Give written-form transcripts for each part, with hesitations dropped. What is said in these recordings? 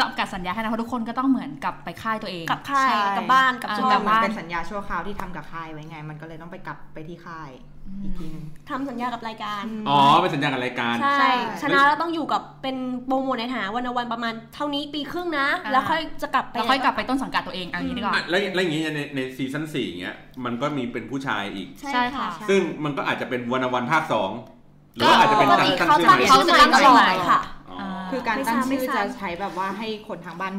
จำกัดสัญญาแค่นั้นเพราะทุกคนก็ต้องเหมือนกับไปค่ายตัวเองกับค่ายกับบ้านกับช่องแต่มันเป็นสัญญาชั่วคราวที่ทำกับค่ายไว้ไงมันก็เลยต้องไปกลับไปที่ค่ายอีกทีนึงทำสัญญากับรายการเป็นสัญญากับรายการใช่ชนะแล้วต้องอยู่กับเป็นโปรโมทในฐานะวันประมาณเท่านี้ปีครึ่งนะแล้วค่อยจะกลับไปแล้วค่อยกลับไปต้นสังกัดตัวเองอันนี้ดีกว่าแล้วอย่างนี้ในซีซั่น4อย่างเงี้ยมันก็มีเป็นผู้ชายอีกใช่ค่ะซึ่งมันก็อาจจะเป็นวันภาค2หรือว่าอาจจะเป็นตั้งชื่อเขาจะตั้งชื่อใหม่ค่ะคือการตั้งชื่อจะใช้แบบว่าให้คนทางบ้าน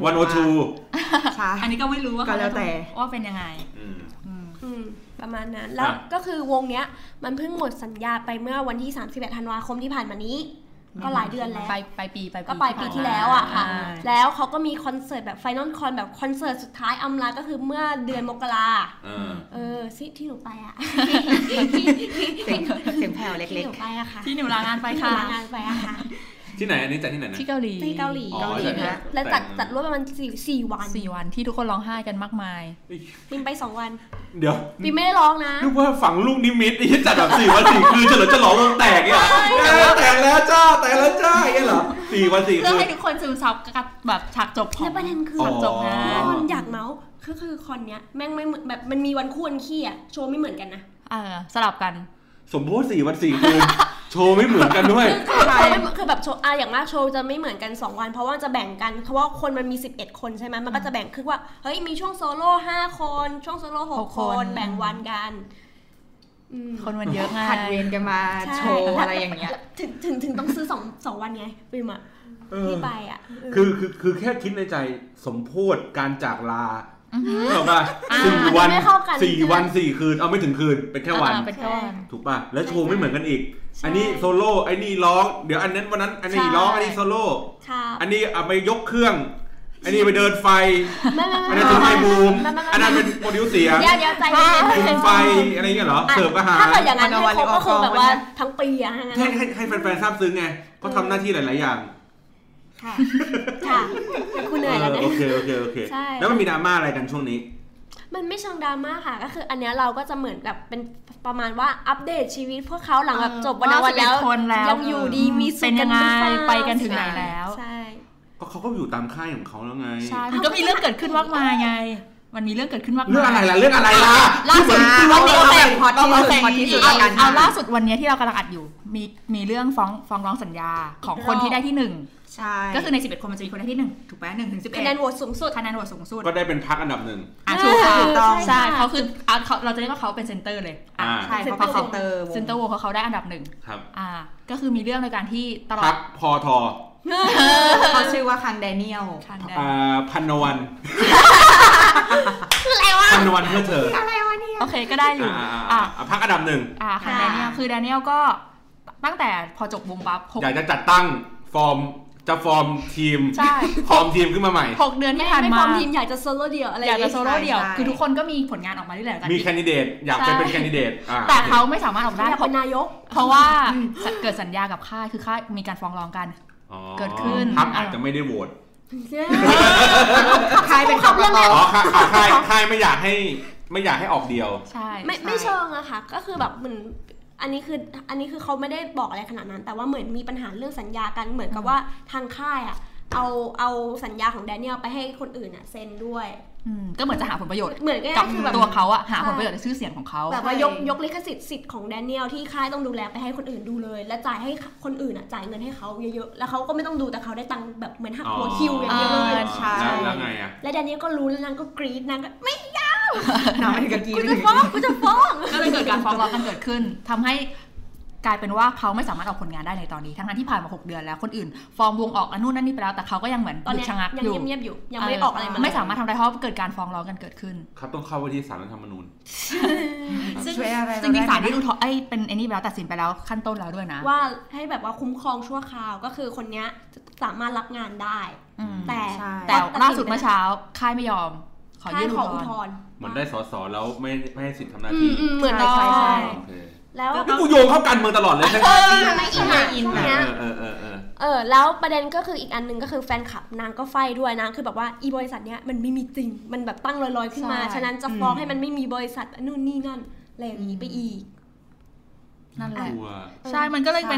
102 ใช่อันนี้ก็ไม่รู้ว่าก็แล้วแต่ว่าเป็นยังไงประมาณนั้นแล้วก็คือวงเนี้ยมันเพิ่งหมดสัญญาไปเมื่อวันที่31ธันวาคมที่ผ่านมานี้ก็หลายเดือนแล้วปลายปีก็ปลายปีที่แล้วอะค่ะแล้วเขาก็มีคอนเสิร์ตแบบไฟนอลคอนแบบคอนเสิร์ตสุดท้ายอำลาก็คือเมื่อเดือนมกราที่หนูไปอะเสียงแผ่วเล็กๆที่หนูไปอะค่ะที่หนูลางานไปค่ะลางานไปอะค่ะที่ไหนอันนี้จัดที่ไหนนะที่เกาหลีนะแล้วจัดร่วมประมาณ4 วันที่ทุกคนร้องไห้กันมากมายปิมไป2 วันเดี๋ยวปิมไม่ได้ร้องนะนึกว่าฝังลูกนิมิตที่จัดแบบ4 วัน 4 คืนจะหลอกวงแตกเนี่ยแตกแล้วจ้าอย่างเงี้ยเหรอ4 วัน 4 คืนเพื่อให้ทุกคนซึมซับกับแบบฉากจบของประเด็นคือฉากจบนะอยากเมาส์คือคอนเนี้ยแม่งไม่แบบมันมีวันคู่วันขี้อะโชว์ไม่เหมือนกันนะสลับกันสมมติ4 วัน 4 คืนโชว์ไม่เหมือนกันด้วยคือแบบโชว์อย่างมากโชว์จะไม่เหมือนกัน2 วันเพราะว่าจะแบ่งกันเพราะว่าคนมันมี11 คนใช่ไหมมันก็จะแบ่งคือว่าเฮ้ยมีช่วงโซโล่5 คนช่วงโซโล่6 คนแบ่งวันกันคนมันเยอะไงผัดเวรกันมาโชว์อะไรอย่างเงี้ยถึงต้องซื้อ2 วันไงปิมอะที่ไปอะคือแค่คิดในใจสมโพธิการจากลาถูกป่ะ4 วัน 4 วัน 4 คืนเอาไม่ถึงคืนเป็นแค่วันถูกป่ะแล้วโชว์ไม่เหมือนกันอีกอันนี้โซโล่ไอ้นี่ร้องเดี๋ยวอันนั้นวันนั้นอันนี้ร้องอันนี้โซโล่อันนี้เอาไปยกเครื่องอันนี้ไปเดินไฟอันนั้นเป็นไฟบูมอันนั้นเป็นโปรดิวเสียงเดี๋ยวใจคุมไฟอะไรเงี้ยเหรอเสิร์ฟอาหารถ้าเกิดอย่างนั้นเขาก็คือแบบว่าทั้งปีอะให้แฟนๆทราบซึ้งไงเขาทำหน้าที่หลายๆอย่างค่ะคุณเหนื่อยแล้วเนี่ยโอเคแล้วมันมีดราม่าอะไรกันช่วงนี้มันไม่เชิงดราม่าค่ะก็คืออันเนี้ยเราก็จะเหมือนแบบเป็นประมาณว่าอัปเดตชีวิตพวกเขาหลังแบบจบวันแล้วยังอยู่ดีมีสุขกันไปกันถึงไหนแล้วใช่ก็เขาก็อยู่ตามค่ายของเขาแล้วไงใช่มันก็มีเรื่องเกิดขึ้นมากมายไงมันมีเรื่องเกิดขึ้นมากมายเรื่องอะไรล่ะล่าสุดวันนี้เอาล่าสุดวันนี้ที่เรากำลังอัดอยู่มีเรื่องฟ้องร้องสัญญาของคนที่ได้ที่1 ใช่ก็คือใน11 คนมันจะมีคนได้ที่1ถูกไหม1 ถึง 11 คะแนนโหวตสูงสุดก็ได้เป็นพรรคอันดับ1 ถูกต้องใช่เขาคือเราจะเรียกว่าเขาเป็นเซนเตอร์เลยใช่เพราะเขาเซนเตอร์โหวตเขาได้อันดับ1 ครับก็คือมีเรื่องในการที่ตลอดพรรคพทเขาชื่อว่าคังแดเนียลพันวันคืออะไรวะพันวันเพื่อเธออะไรวะเนี่ยโอเคก็ได้อยู่พรรคอันดับ 1คังแดเนียลคือแดเนียลก็ตั้งแต่พอจบวงปั๊บอยากจะจัดตั้งฟอร์มทีมฟอร์มทีมขึ้นมาใหม่ 6 เดือนที่ผ่านมาไม่ฟอร์มทีมอยากจะโซโล่เดี่ยวอะไรอยากจะโซโล่เดี่ยวคือทุกคนก็มีผลงานออกมาเรื่อยๆมีแคนดิเดตอยากเป็นแคนดิเดตแต่เขาไม่สามารถออกได้เป็นนายกเพราะว่าเกิดสัญญากับค่ายคือค่ายมีการฟ้องร้องกันเกิดขึ้นพรรคอาจจะไม่ได้โหวตค่ายเป็นคำร้องค่ายไม่อยากให้ออกเดียวใช่ไม่เชิงอะค่ะก็คือแบบเหมือนอันนี้คือเขาไม่ได้บอกอะไรขนาดนั้นแต่ว่าเหมือนมีปัญหาเรื่องสัญญากันเหมือนกับว่าทางค่ายอะเอาสัญญาของแดเนียลไปให้คนอื่นอะเซ็นด้วยก็เหมือนจะหาผลประโยชน์เหมือนกับตัวเขาอะหาผลประโยชน์ในชื่อเสียงของเขาแบบว่ายกลิขสิทธิ์ของแดเนียลที่ค่ายต้องดูแลไปให้คนอื่นดูเลยและจ่ายให้คนอื่นอะจ่ายเงินให้เขาเยอะๆแล้วเขาก็ไม่ต้องดูแต่เขาได้ตังค์แบบเหมือนหักหัวคิวอย่างเงี้ยเลยใช่แล้วไงอะและแดเนียลก็รู้แล้วนางก็กรี๊ดนางก็ไม่ยาวนางไม่กรี๊ดกูจะฟ้องก็เลยเกิดการฟ้องร้องกันเกิดขึ้นทำให้กลายเป็นว่าเขาไม่สามารถออกผลงานได้ในตอนนี้ทั้งที่ผ่านมา6 เดือนแล้วคนอื่นฟอร์มวงออกนู่นนั่นนี่ไปแล้วแต่เขาก็ยังเหมือนหยุดชะงักอยู่ยังเงียบอยู่ยังไม่ออกอะไรมาไม่สามารถทำได้เพราะเกิดการฟ้องร้องกันเกิดขึ้นครับต้องเข้าไปที่ศาลรัฐธรรมนูญซึ่งศาลที่เป็นไอ้นี่แล้วตัดสินไปแล้วขั้นต้นแล้วด้วยนะว่าให้แบบว่าคุ้มครองชั่วคราวก็คือคนนี้สามารถรับงานได้แต่ล่าสุดเมื่อเช้าค่ายไม่ยอมขอยื่นอุทธรณ์เหมือนได้สสแล้วไม่ให้สิทธิ์ทำหน้าที่เหมือนใช่แล้วกูโยงเข้ากันเมืองตลอดเลยใช่ไหมอินเนี่ยแล้วประเด็นก็คืออีกอันนึงก็คือแฟนคลับนางก็ไฟด้วยนางคือแบบว่าอีบริษัทเนี้ยมันไม่มีจริงมันแบบตั้งลอยๆขึ้นมาฉะนั้นจะฟ้องให้มันไม่มีบริษัทนู่นนี่นั่นอะไรอย่างนี้ไปอีกนั่นแหละใช่มันก็เลยเป็น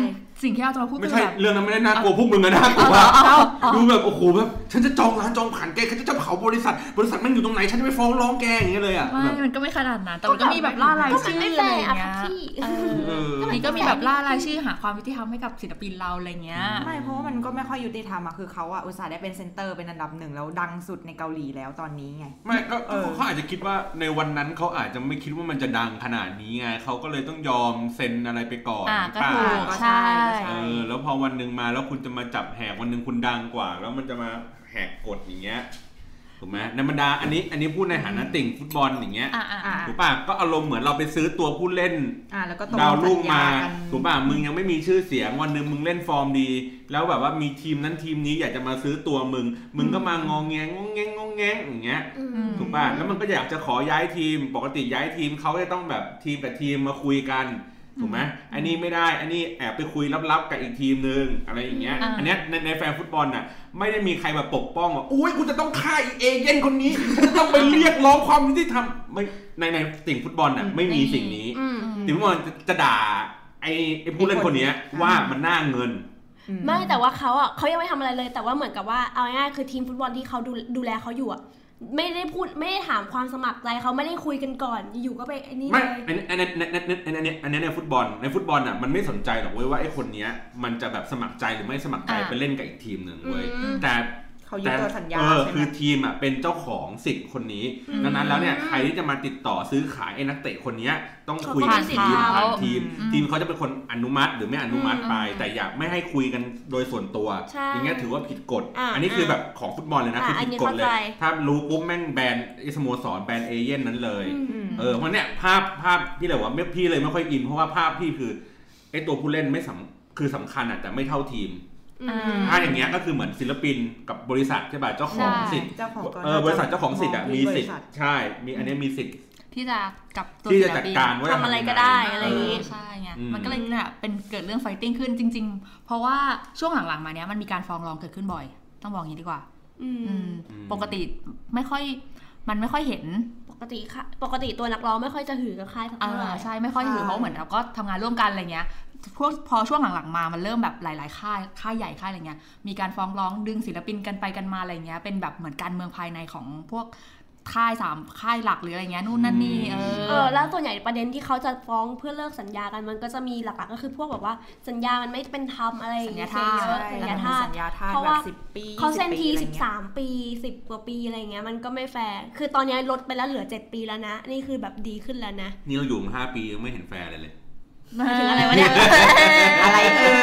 สิ่งที่เราจะมาพูดไม่ใช่เรื่องนั้นไม่ได้น่ากลัวพวกมึงนะน่ากลัวดูแบบโอ้โหแบบฉันจะจองร้านจองผ่านแกฉันจะเผาบริษัทมันอยู่ตรงไหนฉันจะไปฟ้องร้องแกอย่างเงี้ยเลยอ่ะไม่มันก็ไม่ขนาดนั้นแต่มันก็มีแบบล่ารายชื่ออะไรอย่างเงี้ยนี่ก็มีแบบล่ารายชื่อหาความยุติธรรมให้กับศิลปินเราอะไรเงี้ยไม่เพราะว่ามันก็ไม่ค่อยยุติธรรมอะคือเขาอะอุตส่าห์ได้เป็นเซ็นเตอร์เป็นอันดับ1แล้วดังสุดในเกาหลีแล้วตอนนี้ไงไม่ก็เขาอาจจะคิดว่าในวันนั้นเขาอาจจะไม่คิดว่ามันจะดังขนาดนี้ไงเขาก็เลยต้องยอมเซ็นอะไรไปก่อนก็ถูกใช่แล้วพอวันนึงมาแล้วคุณจะมาจับแหกวันนึงคุณดังกว่าแล้วมันจะมาแหกกฎอย่างเงี้ยถูกไหมในบรรดาอันนี้พูดในฐานะติ่งฟุตบอลอย่างเงี้ยถูกป่ะก็อารมณ์เหมือนเราไปซื้อตัวผู้เล่นดาวรุ่งมาถูกป่ะมึงยังไม่มีชื่อเสียงวันนึงมึงเล่นฟอร์มดีแล้วแบบว่ามีทีมนั้นทีมนี้อยากจะมาซื้อตัวมึงก็มางงแงอย่างเงี้ยถูกป่ะแล้วมันก็อยากจะขอย้ายทีมปกติย้ายทีมเขาจะต้องแบบทีมกับทีมมาคุยกันถูกไหมอันนี้ไม่ได้อันนี้แอบไปคุยลับๆกับอีกทีมนึงอะไรอย่างเงี้ยอันเนี้ยในแฟนฟุตบอลน่ะไม่ได้มีใครมาปกป้องว่าอุ้ยกูจะต้องฆ่าเอเย่นคนนี้ฉันจะต้องไปเรียกร้องความยุติธรรมไม่ในสิ่งฟุตบอลน่ะไม่มีสิ่งนี้สิ่งฟุตบอลจะด่าไอ้ผู้เล่นคนนี้ว่ามันน่าเงินไม่แต่ว่าเขายังไม่ทำอะไรเลยแต่ว่าเหมือนกับว่าเอาง่ายๆคือทีมฟุตบอลที่เขาดูแลเขาอยู่ไม่ได้พูดไม่ได้ถามความสมัครใจเขาไม่ได้คุยกันก่อนอยู่ก็ไปไอ้นี่เลยอันนี้ในฟุตบอลน่ะมันไม่สนใจหรอกเว้ยว่าไอ้คนนี้มันจะแบบสมัครใจหรือไม่สมัครใจไปเล่นกับอีกทีมหนึ่งเว้ยแต่เขายึดตัวสัญญาคือทีมเป็นเจ้าของสิทธิ์คนนี้ดังนั้นแล้วเนี่ยใครที่จะมาติดต่อซื้อขายไอ้นักเตะคนนี้ต้องคุยกันผ่านทีมเขาจะเป็นคนอนุมัติหรือไม่อนุมัติไปแต่อย่าไม่ให้คุยกันโดยส่วนตัวอย่างเงี้ยถือว่าผิดกฎอันนี้คือแบบของฟุตบอลเลยนะคือผิดกฎเลยถ้ารู้ปุ๊บแม่งแบนสโมสรแบนเอเย่นนั้นเลยเพราะเนี่ยภาพพี่เลยว่าพี่เลยไม่ค่อยอินเพราะว่าภาพพี่คือไอ้ตัวผู้เล่นไม่คือสำคัญแต่ไม่เท่าทีมถ้าอย่างเงี้ยก็คือเหมือนศิลปินกับบริษัทใช่ป่ะเจ้าของสิทธิ์บริษัทเจ้าของสิทธิ์มีสิทธิ์ใช่มีอันนี้มีสิทธิ์ที่จะกับตัวศิลปินทำอะไรก็ได้อะไรอย่างงี้ใช่ไงมันก็เลยเนี่ยเป็นเกิดเรื่องไฟติ้งขึ้นจริงๆเพราะว่าช่วงหลังๆมาเนี้ยมันมีการฟ้องร้องเกิดขึ้นบ่อยต้องบอกอย่างนี้ดีกว่าปกติไม่ค่อยเห็นปกติตัวนักร้องไม่ค่อยจะหือกับค่ายสักเท่าไหร่ใช่ไม่ค่อยหือเพราะเหมือนเราก็ทำงานร่วมกันอะไรเงี้ยพอช่วงหลังๆมามันเริ่มแบบหลายๆค่ายใหญ่ค่ายอะไรเงี้ยมีการฟ้องร้องดึงศิลปินกันไปกันมาอะไรเงี้ยเป็นแบบเหมือนการเมืองภายในของพวกค่าย3ค่ายหลักหรืออะไรเงี้ยนู่นนั่นนี่แล้วส่วนใหญ่ประเด็นที่เขาจะฟ้องเพื่อเลิกสัญญากันมันก็จะมีหลักๆก็คือพวกแบบว่าสัญญามันไม่เป็นธรรมอะไรอย่างเงี้ยสัญญาทาสเพราะว่า10 ปีเขาเซ็นที13 ปี10 กว่าปีอะไรเงี้ยมันก็ไม่แฟร์คือตอนนี้ลดไปแล้วเหลือ7 ปีแล้วนะนี่คือแบบดีขึ้นแล้วนะนี่เราอยู่มา5 ปียังไม่เห็นแฟร์เลยถึงอะไรวะเนี่ยอะไร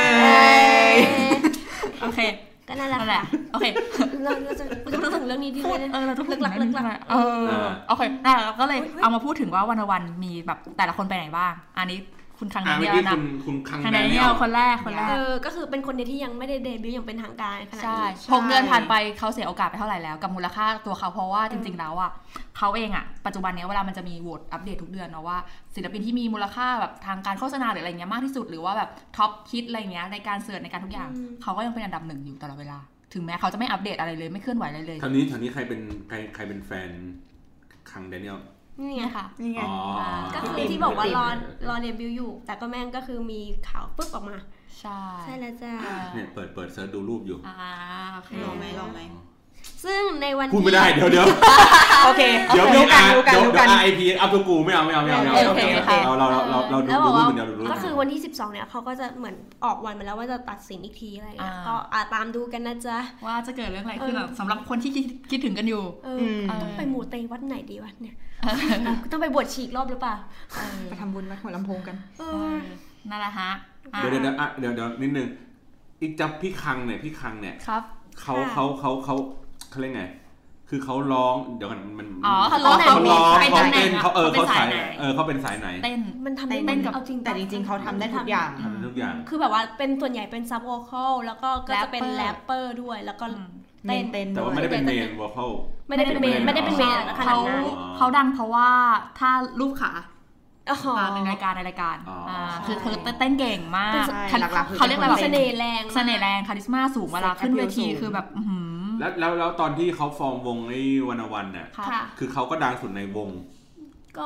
โอเคก็นั่นแหละโอเคเราจะพูดถึงเรื่องนี้ดีเลยเราจะพูดหลักโอเคเราก็เลยเอามาพูดถึงว่าวันมีแบบแต่ละคนไปไหนบ้างอันนี้คุณคังแดเนียลนะคุณคังแดเนียลคนแรกก็คือเป็นคนเดียวที่ยังไม่ได้เดบิวต์อย่างเป็นทางการขนาดนี้ 6 เดือนผ่านไปเขาเสียโอกาสไปเท่าไหร่แล้วกับมูลค่าตัวเขาเพราะว่าจริงๆแล้วอ่ะเขาเองอ่ะปัจจุบันนี้เวลามันจะมีโหวตอัปเดตทุกเดือนเนาะว่าศิลปินที่มีมูลค่าแบบทางการโฆษณาหรืออะไรเงี้ยมากที่สุดหรือว่าแบบท็อปฮิตอะไรเงี้ยในการเสิร์ชในการทุกอย่างเขาก็ยังเป็นอันดับ1อยู่ตลอดเวลาถึงแม้เขาจะไม่อัปเดตอะไรเลยไม่เคลื่อนไหวอะไรเลยทางนี้ใครเป็นแฟนคังแดเนียลนี่ไงค่ะนี่ไงก็คือที่บอกว่ารอเดบิวต์อยู่แต่ก็แม่งก็คือมีข่าวปึ๊บออกมาใช่แล้วจ้าเนี่ยเปิดเซิร์ชดูรูปอยู่โอเคลองไหมซึ่งในวันพูดไม่ได้เดี๋ยวโอเคเดี๋ยวRIP อัพตัวกูไม่เอาเราดูรูปเหมือนเดียวก็คือวันที่12เนี่ยเขาก็จะเหมือนออกวันมาแล้วว่าจะตัดสินอีกทีอะไรเงี้ยก็ตามดูกันนะจ๊ะว่าจะเกิดเรื่องอะไรขึ้นสำหรับคนที่คิดถึงกันอยู่ต้องไปหมู่เตยวัดไหนดีวะเนี่ยต้องไปบวชฉีกรอบหรือเปล่าไปทำบุญวัดหัวลำโพงกันนั่นแหละฮะเดี๋ยวนิดนึงอีกจับพี่คังเนี่ยครับเขาเรียกไงคือเขาร้องเดี๋ยวกันมันเขาร้องเขาเต้นเขาสายเขาเป็นสายไหนเต้นมันทำได้เต้นกับแต่จริงๆเขาทำได้ทุกอย่างคือแบบว่าเป็นส่วนใหญ่เป็นซับโวคอลแล้วก็จะเป็นแรปเปอร์ด้วยแล้วก็เต้นแต่ว่าไม่ได้เป็นเมนโวคอลไม่ได้เป็นเมนเขาดังเพราะว่าถ้ารูปขาในรายการคือเธอเต้นเก่งมากเขาเรียกอะไรแบบเสน่ห์แรงคาริสมาสูงเวลาขึ้นเวทีคือแบบแล้วตอนที่เขาฟอร์มวงไอ้วันเนี่ยคือเขาก็ดังสุดในวงก็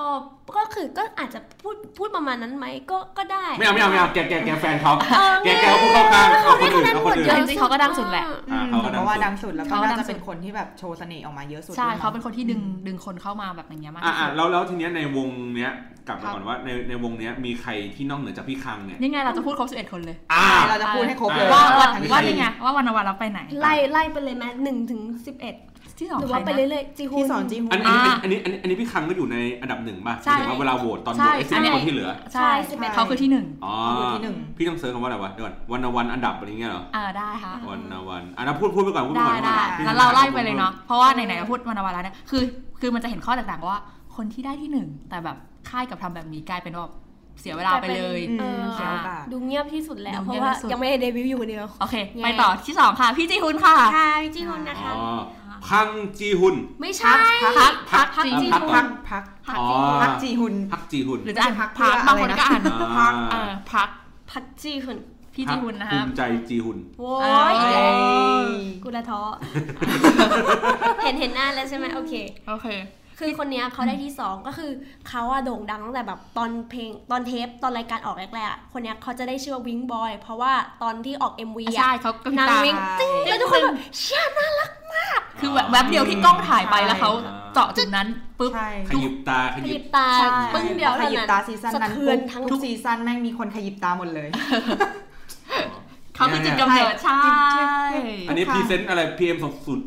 ก็อาจจะพูดประมาณนั้นไหมก็ได้ไม่เอาแกแฟนเขาแกพูดเข้าข้างเอาคนอื่นจริงๆเขาก็ดังสุดแหละเพราะว่าดังสุดแล้วก็น่าจะเป็นคนที่แบบโชว์เสน่ห์ออกมาเยอะสุดใช่เขาเป็นคนที่ดึงคนเข้ามาแบบอย่างเงี้ยมากแล้วทีเนี้ยในวงเนี้ยกลับมาก่อนว่าในวงเนี้ยมีใครที่นอกเหนือจากพี่คังเนี่ยนี่ไงเราจะพูดครบ11คนเลยเราจะพูดให้ครบเลยว่านี่ไงว่าวันเราไปไหนไล่ไปเลยไหม1 ถึง 11 ที่2หรือว่าไปเรื่อยๆจีฮุนที่2จีฮุนอันนี้พี่คังก็อยู่ในอันดับ1ป่ะถึงว่าเวลาโหวตตอนโหวตไอ้10คนที่เหลือใช่11เขาคือที่1 อ๋อพี่ต้องเซิร์ชคำว่าอะไรวะเดี๋ยวก่อนวันอันดับอะไรเงี้ยเหรอได้ค่ะวันพูดไปก่อนได้แล้วเราไล่ไปเลยเนาะเพราะว่าไหนๆก็พูดวันแล้วเนี่ยคือมันจะเห็นข้อแตกต่างว่าคนที่ได้ที่1แต่แบบค่ายกับทำแบบนี้กลายเป็นว่าเสียเวลาไปเลยดูเงียบที่สุดแล้วเพราะว่ายังไม่ได้เดบิวต์อยู่คนเดียวโอเคไปต่อที่2ค่ะพี่จีฮุนค่ะพี่จีฮุนนะคะพังจีฮุนไม่ใช่พักจีฮุนพักจีฮุนหรือจะอ่านพักบางคนก็อ่านพักจีฮุนพี่จีฮุนนะคะภูมิใจจีฮุนโว้ยกูละท้อเห็นหน้าแล้วใช่ไหมโอเคคือคนนี้เขาได้ที่2ก็คือเขาโด่งดังตั้งแต่แบบตอนเพลงตอนเทปตอนรายการออกแรกๆคนนี้เขาจะได้ชื่อว่าวิงบอยเพราะว่าตอนที่ออก MV ใช่เขาก็นางวิงติ้งแล้วทุกคนแบบเชี่ยน่ารักมากคือแวบเดียวที่กล้องถ่ายไปแล้วเขาเจาะจุดนั้นปุ๊บขยิบตาปึ้งเดียวขยิบตาซีซั่นนั้นทุกซีซั่นแม่งมีคนขยิบตาหมดเลยเขาคือจุดกำเนิดใช่อันนี้พรีเซนต์อะไร PM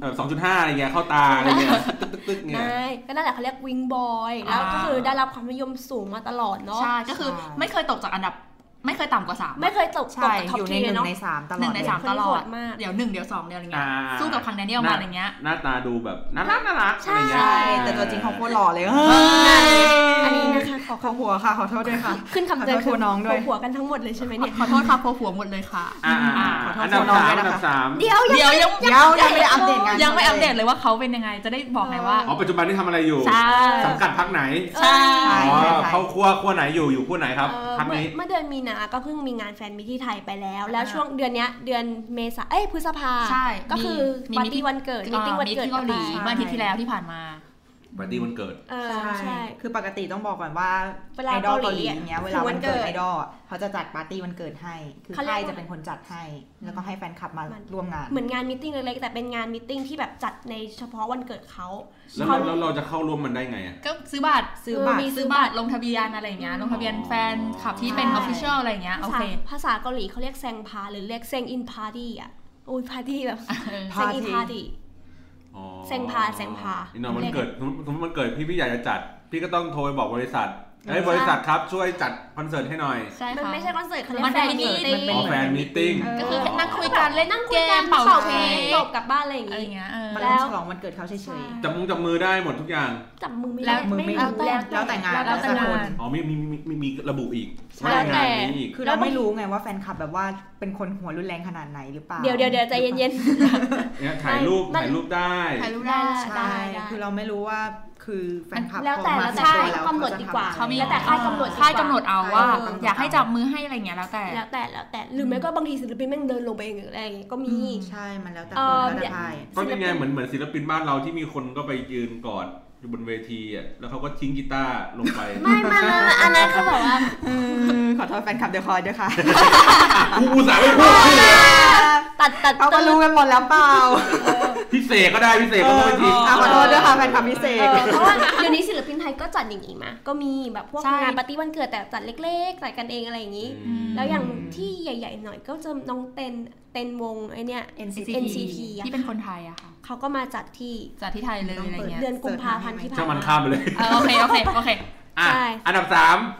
2.5 อะไรเงี้ยเข้าตาอะไรเงี้ยตึ๊กๆเนี่ยก็นั่นแหละเขาเรียกวิงบอยแล้วก็คือได้รับความนิยมสูงมาตลอดเนาะใช่ก็คือไม่เคยตกจากอันดับไม่เคยต่ำกว่า3 ไม่เคยตกท็อปทีเลยเนาะ1 ใน 3ตลอด 1 ใน 3ตลอดเดี๋ยว1เดี๋ยว2เดี๋ยวอะไรเงี้ยสู้กับครั้งนี้ออกมาอะไรเงี้ยหน้าตาดูแบบน่ารักอะไรเงี้ยแต่ตัวจริงเขาโคตรหล่อเลยอันนี้นะคะขอหัวค่ะขอโทษด้วยค่ะขึ้นคำเตือนคือน้องด้วยหัวกันทั้งหมดเลยใช่ไหมเนี่ยขอโทษค่ะหัวหมดเลยค่ะขอโทษน้องด้วยนะคะเดี๋ยวยังไม่ได้อัปเดตงานยังไม่อัปเดตเลยว่าเขาเป็นยังไงจะได้บอกไงว่าปัจจุบันที่ทำอะไรอยู่สังกัดพรรคไหนใช่เขาขั้วไหนอยู่ขั้วไหนครับพรรคนี้เมื่อเดือนมีนาก็เพิ่งมีงานแฟนมีที่ไทยไปแล้วช่วงเดือนนี้เดือนเมษาพฤษภาก็คือปาร์ตี้วันเกิดมีติ้งวันเกิดเกาหลีเมื่ออาทิตย์ที่แล้วที่ผ่านมาปาร์ตี้วันเกิดใช่คือปกติต้องบอกก่อนว่าไอดอลเกาหลีอย่างเงี้ยเวลาวันเกิดไอดอลเขาจะจัดปาร์ตี้วันเกิดให้คือค่ายจะเป็นคนจัดให้แล้วก็ให้แฟนคลับมาร่วมงานเหมือนงานมีติ้งเล็กๆแต่เป็นงานมีติ้งที่แบบจัดในเฉพาะวันเกิดเขาแล้วเราจะเข้าร่วมมันได้ไงก็ซื้อบัตรลงทะเบียนอะไรอย่างเงี้ยลงทะเบียนแฟนคลับที่เป็น official อะไรอย่างเงี้ยโอเคภาษาเกาหลีเขาเรียกแซงพาหรือเรียกเซงอินพาร์ตี้โอ้ยพาร์ตี้แบบเซงอินพาร์ตี้แซงพานี่น้องมันเกิดสมมติมันเกิดพี่อยากจะจัดพี่ก็ต้องโทรไปบอกบริษัทบริษัทครับช่วยจัดคอนเสิร์ตให้หน่อยมันไม่ใช่คอนเสิร์ตเขาเรียกแฟนมีติ้งแฟนมีติ้งก็คือนั่งคุยกันเล่นเกมเป่าเพลงจบกลับบ้านอะไรอย่างเงี้ยแล้วฉลองวันเกิดเขาเฉยๆจับมือได้หมดทุกอย่างจับมือไม่แล้วแต่งานแล้วแต่คนมีระบุอีกแล้วแต่คือเราไม่รู้ไงว่าแฟนคลับแบบว่าเป็นคนหัวรุนแรงขนาดไหนหรือเปล่าเดี๋ยวใจเย็นๆถ่ายรูปได้ใช่คือเราไม่รู้ว่าคือแฟนคลับแล้วแต่ค่ายกำหนดดีกว่าเขามีแล้วแต่ค่ายกำหนดเอาว่าอยากให้จับมือให้อะไรเงี้ยแล้วแต่หรือไม่ก็บางทีศิลปินแม่งเดินลงไปเองอะไรอย่างเงี้ยก็มีใช่มันแล้วแต่คนแล้วแต่ค่ายก็ยังไงเหมือนศิลปินบ้านเราที่มีคนก็ไปยืนกอดอยู่บนเวทีแล้วเขาก็ทิ้งกีตาร์ลงไปไม่อันนั้นเขาบอกว่าขอโทษแฟนคลับเดี๋ยวคอยด้วยค่ะกูสายไม่พูดตัดเขาก็รู้กันหมดแล้วเปล่าพิเศษก็ได้พิเศษก็ไม่ทิ้งขอโทษด้วยค่ะแฟนคลับพิเศษเพราะว่าเดี๋ยวนี้ศิลปินไทยก็จัดอย่างนี้มาก็มีแบบพวกงานปาร์ตี้วันเกิดแต่จัดเล็กๆจัดกันเองอะไรอย่างนี้แล้วอย่างที่ใหญ่ๆหน่อยก็จะน้องเต้นวงไอเนี้ย NCT ที่เป็นคนไทยอะค่ะเขาก็มาจัดที่ไทยเลยอะไรเงี้ยเดือนกุมภาพันธ์ที่ผ่านมามันข้ามไปเลยโอเคอันดับ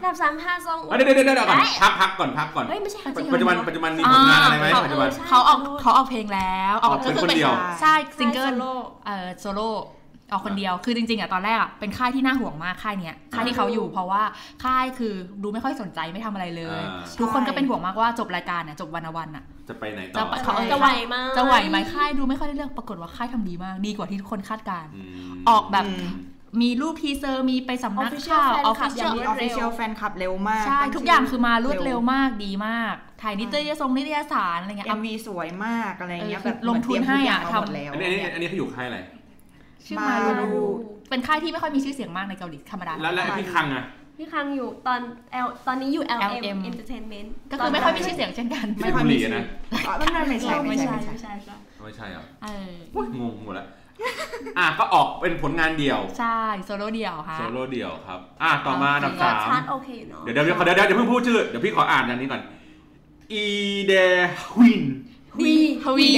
3 5 ซองเดี๋ยวก่อนพักก่อนเฮ้ยไม่ใช่ปัจจุบันมีผลงานอะไรไหมปัจจุบันเขาออกเพลงแล้วออกเป็นคนเดียวใช่ซิงเกิลโซโล่ออกคนเดียวคือจริงๆตอนแรกเป็นค่ายที่น่าห่วงมากค่ายเนี้ยค่ายที่เขาอยู่เพราะว่าค่ายคือดูไม่ค่อยสนใจไม่ทำอะไรเลยทุกคนก็เป็นห่วงมากว่าจบรายการเนี่ยจบวันจะไปไหนต่อจะไหวไหมค่ายดูไม่ค่อยได้เลือกปรากฏว่าค่ายทำดีมากดีกว่าที่ทุกคนคาดการออกแบบมีรูปทีเซอร์มีไปสำนักข่าว Official แฟนคลับเร็วมากใช่ทุกอย่างคือมารวดเร็วมากดีมากถ่ายนิตยสารอะไรเงี้ย MV สวยมากอะไรเงี้ยแบบลงทุนให้ทำแล้วอันนี้เขาอยู่ค่ายอะไรชื่อมารูเป็นค่ายที่ไม่ค่อยมีชื่อเสียงมากในเกาหลีธรรมดาแล้วพี่คังพี่คังอยู่ตอนนี้อยู่ LM Entertainment ก็คือไม่ค่อยมีชื่อเสียงเช่นกันไม่ค่อยมีนะไม่ใช่ไม่ใช่เหรองงหมดแล้วก็ออกเป็นผลงานเดี่ยวใช่โซโล่เดี่ยวค่ะโซโล่เดี่ยวครับต่อมาอันดับ3 ชาร์ตโอเคเนาะเดี๋ยวเพิ่งพูดชื่อเดี๋ยวพี่ขออ่านอย่างนี้ก่อนอีเดฮวินฮวี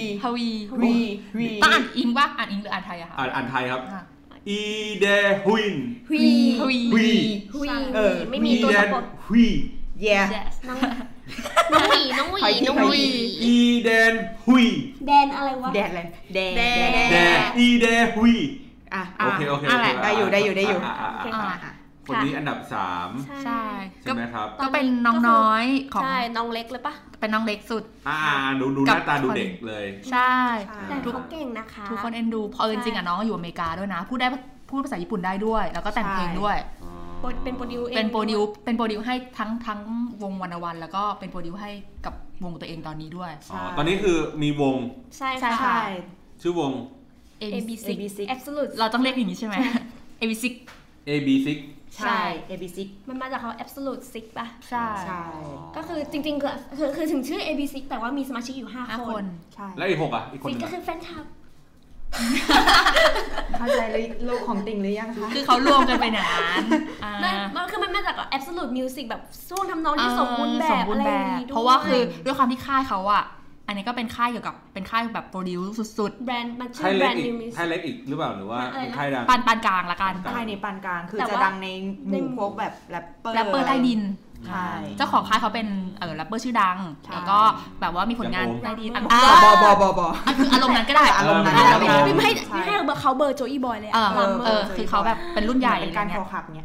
ต้องอ่านอิงป่ะอ่านอิงหรืออ่านไทยอะคะอ่านไทยครับอีเดฮวินไม่มีตัวสะกดน้องหวีอีแดนฮุยแดนอะไรวะแดนอะไรแดอีแดฮุยโอเคได้อยู่คนนี้อันดับ3 ใช่ใช่ไหมครับก็เป็นน้องน้อยของใช่น้องเล็กเลยปะเป็นน้องเล็กสุดดูหน้าตาดูเด็กเลยใช่แต่เขาเก่งนะคะทุกคนเอ็นดูเพราะจริงๆน้องอยู่อเมริกาด้วยนะพูดภาษาญี่ปุ่นได้ด้วยแล้วก็แต่งเพลงด้วยเป็นโปรดิวให้ทั้งวงวันวันแล้วก็เป็นโปรดิวให้กับวงตัวเองตอนนี้ด้วยตอนนี้คือมีวงใช่ค่ะชื่อวง AB6 Absolute เราต้องเรียกอย่างนี้ใช่ไหม AB6 ใช่ AB6 มันมาจากเขา Absolute 6ป่ะใช่ก็คือจริงๆคือถึงชื่อ AB6 แต่ว่ามีสมาชิกอยู่5 คนใช่แล้วอีก6อีกคนก็คือแฟนคลับเข้าใจเลยโลกของติ่งหรือยังคะคือเขารวมกันเป็นอย่างนั้นมันคือมันมาจาก Absolute Music แบบช่วงทำนองที่สมบูรณ์แบบอะไรอย่างนี้ด้วยเพราะว่าคือด้วยความที่ค่ายเขาอันนี้ก็เป็นค่ายเกี่ยวกับเป็นค่ายแบบโปรดิวสุดๆแบรนด์มันชื่อแบรนด์นิวมิสค่ายเล็กอีกหรือเปล่าหรือว่าเป็นค่ายดังปานกลางละกันค่ายในปานกลางคือจะดังในหมู่พวกแบบแรปเปอร์ใต้ดินใช่เจ้าของค่ายเขาเป็นแรปเปอร์ชื่อดังแล้วก็แบบว่ามีผลงานใต้ดินคืออารมณ์นั้นก็ได้อารมณ์นั้นไม่ให้เขาเบอร์โจอี้บอยเลยคือเขาแบบเป็นรุ่นใหญ่เป็นการคอขับเนี่ย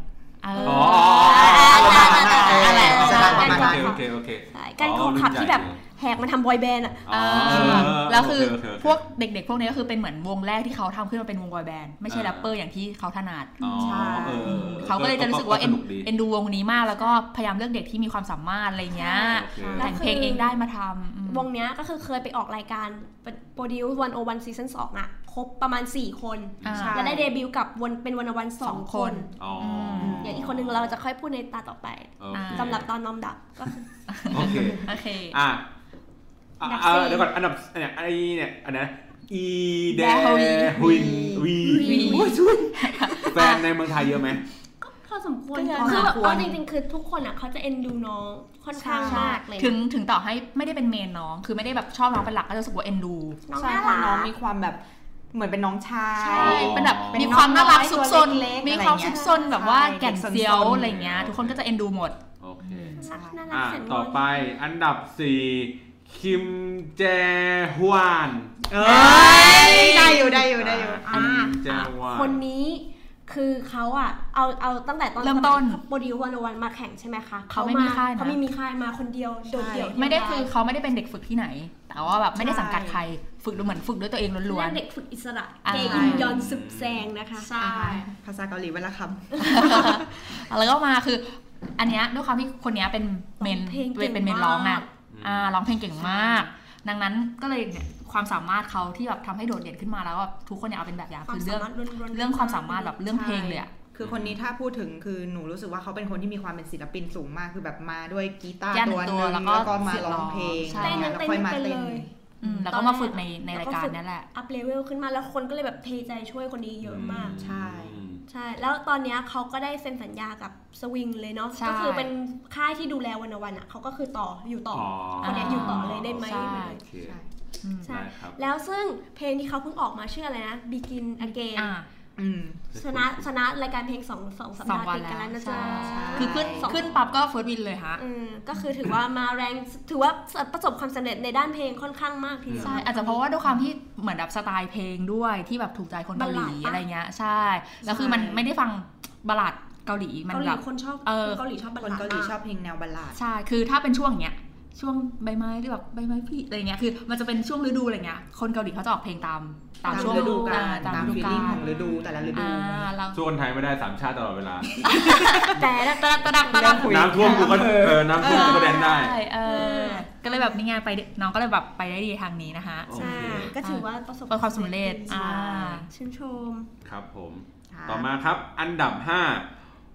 อะไรโอเคการคอขับที่แบบแหกมาทำบอยแบนด์แล้วคือพวกเด็กๆพวกนี้ก็คือเป็นเหมือนวงแรกที่เขาทำขึ้นมาเป็นวงบอยแบนด์ไม่ใช่แรปเปอร์อย่างที่เขาถนัดเขาก็เลยจะรู้สึกว่าเอ็นดูวงนี้มากแล้วก็พยายามเลือกเด็กที่มีความสามารถอะไรเงี้ยแต่งเพลงเองได้มาทำวงเนี้ยก็คือเคยไปออกรายการโปรดิวซ์101ซีซั่น2ครบประมาณ4คนแล้วได้เดบิวต์กับเป็น101 2คนอย่างอีกคนนึงเราจะค่อยพูดในตาต่อไปสำหรับตอนน้อมดับก็คือโอเคเดี๋ยวก่อนอันดับเนี่ยไอ้เนี่ยอันนั้นอีเดฮุนวีแฟนในเมืองไทยเยอะไหมก็พอสมควรคือแบบจริงๆคือทุกคนเขาจะเอ็นดูน้องค่อนข้างมากเลยถึงต่อให้ไม่ได้เป็นเมนน้องคือไม่ได้แบบชอบน้องเป็นหลักก็จะรู้สึกว่าเอ็นดูใช่น้องมีความแบบเหมือนเป็นน้องชายเป็นแบบมีความน่ารักซุกซนมีความซุกซนแบบว่าแก่นเซียวอะไรเงี้ยทุกคนก็จะเอ็นดูหมดโอเคต่อไปอันดับ4คิมแจฮวานได้อยู่คนนี้คือเขาเอาตั้งแต่ตอนเริ่มต้นโปรดิว101มาแข่งใช่ไหมคะเขาไม่มีค่ายมาคนเดียวโดดเดี่ยวไม่ได้คือเขาไม่ได้เป็นเด็กฝึกที่ไหนแต่ว่าแบบไม่ได้สังกัดใครฝึกเหมือนฝึกด้วยตัวเองล้วนๆเด็กฝึกอิสระเกอินยอนซึบแซงนะคะใช่ภาษาเกาหลีวันละคำแล้วก็มาคืออันเนี้ยด้วยความที่คนนี้เป็นเมนร้องร้องเพลงเก่งมากดังนั้นก็เลยเนี่ยความสามารถเขาที่แบบทำให้โดดเด่นขึ้นมาแล้วทุกคนเนี่ยเอาเป็นแบบอย่างคือเรื่องความสามารถแบบเรื่องเพลงเลยคือคนนี้ถ้าพูดถึงคือหนูรู้สึกว่าเขาเป็นคนที่มีความเป็นศิลปินสูงมากคือแบบมาด้วยกีตาร์ตัวนึงแล้วก็มาร้องเพลงแล้วค่อยมาเต้นแล้วก็มาฝึกในรายการนั่นแหละอัพเลเวลขึ้นมาแล้วคนก็เลยแบบเทใจช่วยคนนี้เยอะมากใช่แล้วตอนนี้เขาก็ได้เซ็นสัญญากับสวิงเลยเนาะก็คือเป็นค่ายที่ดูแล101เขาก็คืออยู่ต่อคนนี้อยู่ต่อเลยได้ไหมใช่แล้วซึ่งเพลงที่เขาเพิ่งออกมาชื่ออะไรนะ Begin Again ชนะรายการเพลง2 สัปดาห์ติดกันแล้วนะจ๊ะคือขึ้นปั๊บก็เฟิร์สวินเลยฮะก็คือถือว่ามาแรงถือว่าประสบความสำเร็จในด้านเพลงค่อนข้างมากทีเดียวใช่อาจจะเพราะว่าด้วยความที่เหมือนแบบสไตล์เพลงด้วยที่แบบถูกใจคนเกาหลีอะไรเงี้ยใช่แล้วคือมันไม่ได้ฟังบัลลัดเกาหลีมันแบบคนชอบเกาหลีชอบบัลลัดคนเกาหลีชอบเพลงแนวบัลลัดใช่คือถ้าเป็นช่วงเนี้ยช่วงใบไม้ที่แบบใบไม้พี่อะไรเงี้ยคือมันจะเป็นช่วงฤดูอะไรเงี้ยคนเกาหลีเขาจะออกเพลงตามช่วงฤดูกาลตามฟีลลิ่งของฤดูแต่ละฤดูช่วงไทยไม่ได้3ชาติตลอดเวลาแต่น้ำท่วมกูก็น้ำท่วมกูก็แดนได้ก็เลยแบบนี่ไงไปน้องก็เลยแบบไปได้ดีทางนี้นะคะใช่ก็ถือว่าประสบความสำเร็จชื่นชมครับผมต่อมาครับอันดับ5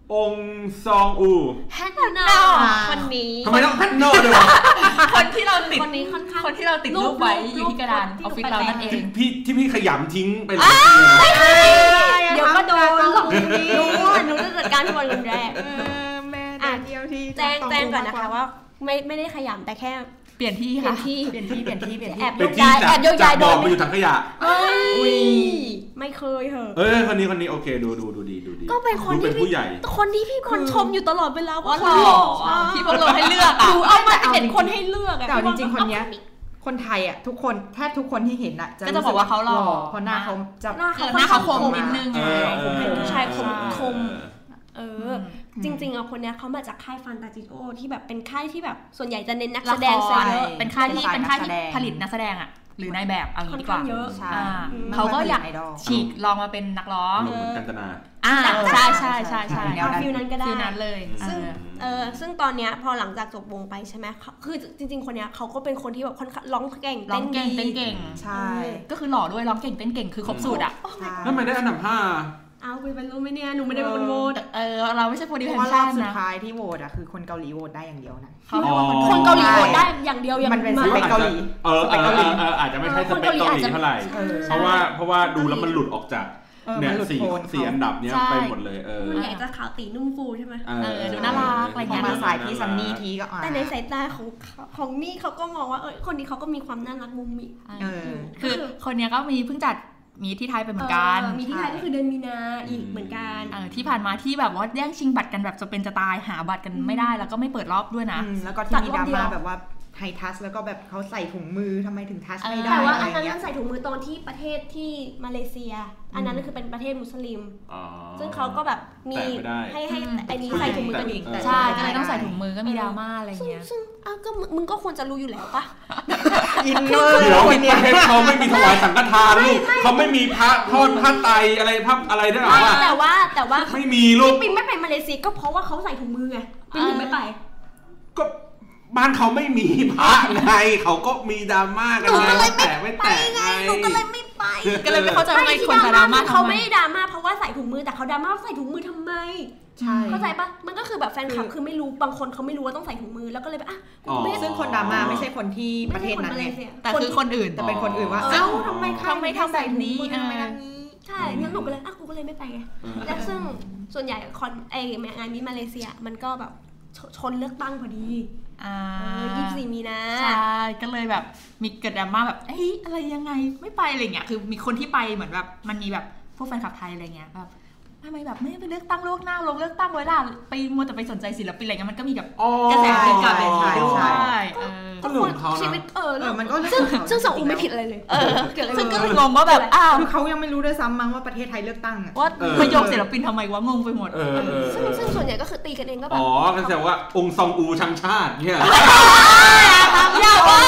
องซองอูฮันโนคนนี้ทำไมต้องฮันโนด้วยวะคนที่เราติดคนนี้ค่อนข้างคนที่เราติดรูปไว้อยู่ที่กระดานออฟฟิศเรานั่นเองพี่ขยำทิ้งไปเลยเดี๋ยวก็โดนหลอกหนูจะจัดการคนแรกแม่เดียวที่แจ้งก่อนนะคะว่าไม่ได้ขยำแต่แค่เปลี่ยนที่ค่ะเปลี่ยนที่แอบโยกย้ายโดนไปอยู่ถังขยะไม่เคยเหรอคนนี้โอเคดูดีก็เป็นคนที่ผู้ใหญ่คนที่พี่คนชมอยู่ตลอดเวลาว่าคนหล่อที่พวกเราให้เลือกหนูเอามาเห็นคนให้เลือกแต่จริงๆคนเนี้ยคนไทยอ่ะทุกคนแทบทุกคนที่เห็นอ่ะก็จะบอกว่าเขาหล่อเพราะหน้าเขาคมนิดนึงผู้ชายคมจริงๆคนเนี้ยเขามาจากค่ายฟันตาจิโอที่แบบเป็นค่ายที่แบบส่วนใหญ่จะเน้นนักแสดงซะเยอะเป็นค่ายที่ผลิตนักแสดงอ่ะหรือนายแบบเอางี้ดีกว่าเขาก็อยากฉีกลองมาเป็นนักร้องกันตนาใช่ฟิลนั้นก็ได้ฟิลนั้นเลยซึ่งตอนเนี้ยพอหลังจากจบวงไปใช่ไหมคือจริงๆคนเนี้ยเขาก็เป็นคนที่แบบร้องเก่งเต้นเก่งใช่ก็คือหล่อด้วยร้องเก่งเต้นเก่งคือครบสูตรอ่ะแล้วไม่ได้อันดับ5 เอาคุยเป็นรู้ไหมเนี่ยหนูไม่ได้เป็นโหวตเราไม่ใช่โปรดิวเซอร์รอบสุดท้ายที่โหวตอ่ะคือคนเกาหลีโหวตได้อย่างเดียวนะคนเกาหลีโหวตได้อย่างเดียวมันเป็นสเปคเกาหลีอาจจะไม่ใช่สเปคเกาหลีเท่าไหร่เพราะว่าดูแล้วมันหลุดออกจากเนี่ย4อันดับเนี้ยไปหมดเลยมันใหญ่จะขาวตีนุ่มฟูใช่ไหมดูน่ารักอะไรเงี้ยมาสายที่ซันนี่ทีก็แต่ในสายตาของนี่เขาก็มองว่าคนนี้เขาก็มีความน่ารักมุมมิคือคนเนี้ยก็มีเพิ่งจัดมีที่ไทยไปเหมือนกันมีที่ไทยก็คือเดือนมีนาอีกเหมือนกันที่ผ่านมาที่แบบว่าแย่งชิงบัตรกันแบบจะเป็นจะตายหาบัตรกันไม่ได้แล้วก็ไม่เปิดรอบด้วยนะแล้วก็ที่มีดราม่าแบบว่าไฮทัชแล้วก็แบบเขาใส่ถุงมือทำไมถึงทัชไม่ได้แต่ว่าอันนั้นใส่ถุงมือตอนที่ประเทศที่มาเลเซียอันนั้นคือเป็นประเทศมุสลิมซึ่งเขาก็แบบมีให้ไอ้นี้ใส่ถุงมือกันอีกใช่ก็เลยต้องใส่ถุงมือก็มีดราม่าอะไรเงี้ยซึ่งก็มึงก็ควรจะรู้อยู่แล้วปะอินเนอร์เดี๋ยวประเทศเขาไม่มีถวายสังฆทานลูกเขาไม่มีพระทอดพระไตรอะไรพระอะไรได้หรอแต่ว่าไม่มีลูกปิงไม่ไปมาเลเซียก็เพราะว่าเขาใส่ถุงมือไงปิงถึงไม่ไปก็บ้านเขาไม่มีพระไงเขาก็มีดราม่ากันเลยแต่ไม่แตกไงหนูก็เลยไม่ไปก็เลยไม่เข้าใจว่าคนดราม่าเขาไม่ได้ดราม่าเพราะว่าใส่ถุงมือแต่เขาดราม่าใส่ถุงมือทำไมเข้าใจปะมันก็คือแบบแฟนคลับคือไม่รู้บางคนเขาไม่รู้ว่าต้องใส่ถุงมือแล้วก็เลยแบบซึ่งคนดราม่าไม่ใช่คนที่ประเทศนั้นแต่คือคนอื่นแต่เป็นคนอื่นว่าเอ้าทำไมทำแบบนี้ใช่งั้นหนูก็เลยกูก็เลยไม่ไปไงและซึ่งส่วนใหญ่งานนี้มาเลเซียมันก็แบบชนเลือกตั้งพอดี24 มีนาใช่ก็เลยแบบมีเกิดดราม่าแบบอะไรยังไงไม่ไปอะไรเงี้ยคือมีคนที่ไปเหมือนแบบมันมีแบบพวกแฟนคลับไทยอะไรเงี้ยแบบทำไมแบบไม่ไปเลือกตั้งโลกหน้าลงเลือกตั้งไว้ล่ะไปมัวแต่ไปสนใจศิลปินอะไรเงี้ยมันก็มีแบบกระแสเกิดกับใช่ก็เรื่องของเขาชีวิตมันก็ซึ่งสองไม่ผิดอะไรเลยซึ่งก็งงว่าแบบคือเขายังไม่รู้ด้วยซ้ำมั้งว่าประเทศไทยเลือกตั้งว่ามาโยกศิลปินทำไมวะงงไปหมดซึ่งส่วนใหญ่ก็คือตีกันเองก็แบบก็แสดงว่าองค์ซองอูชังชาติเนี่ยอย่าว่า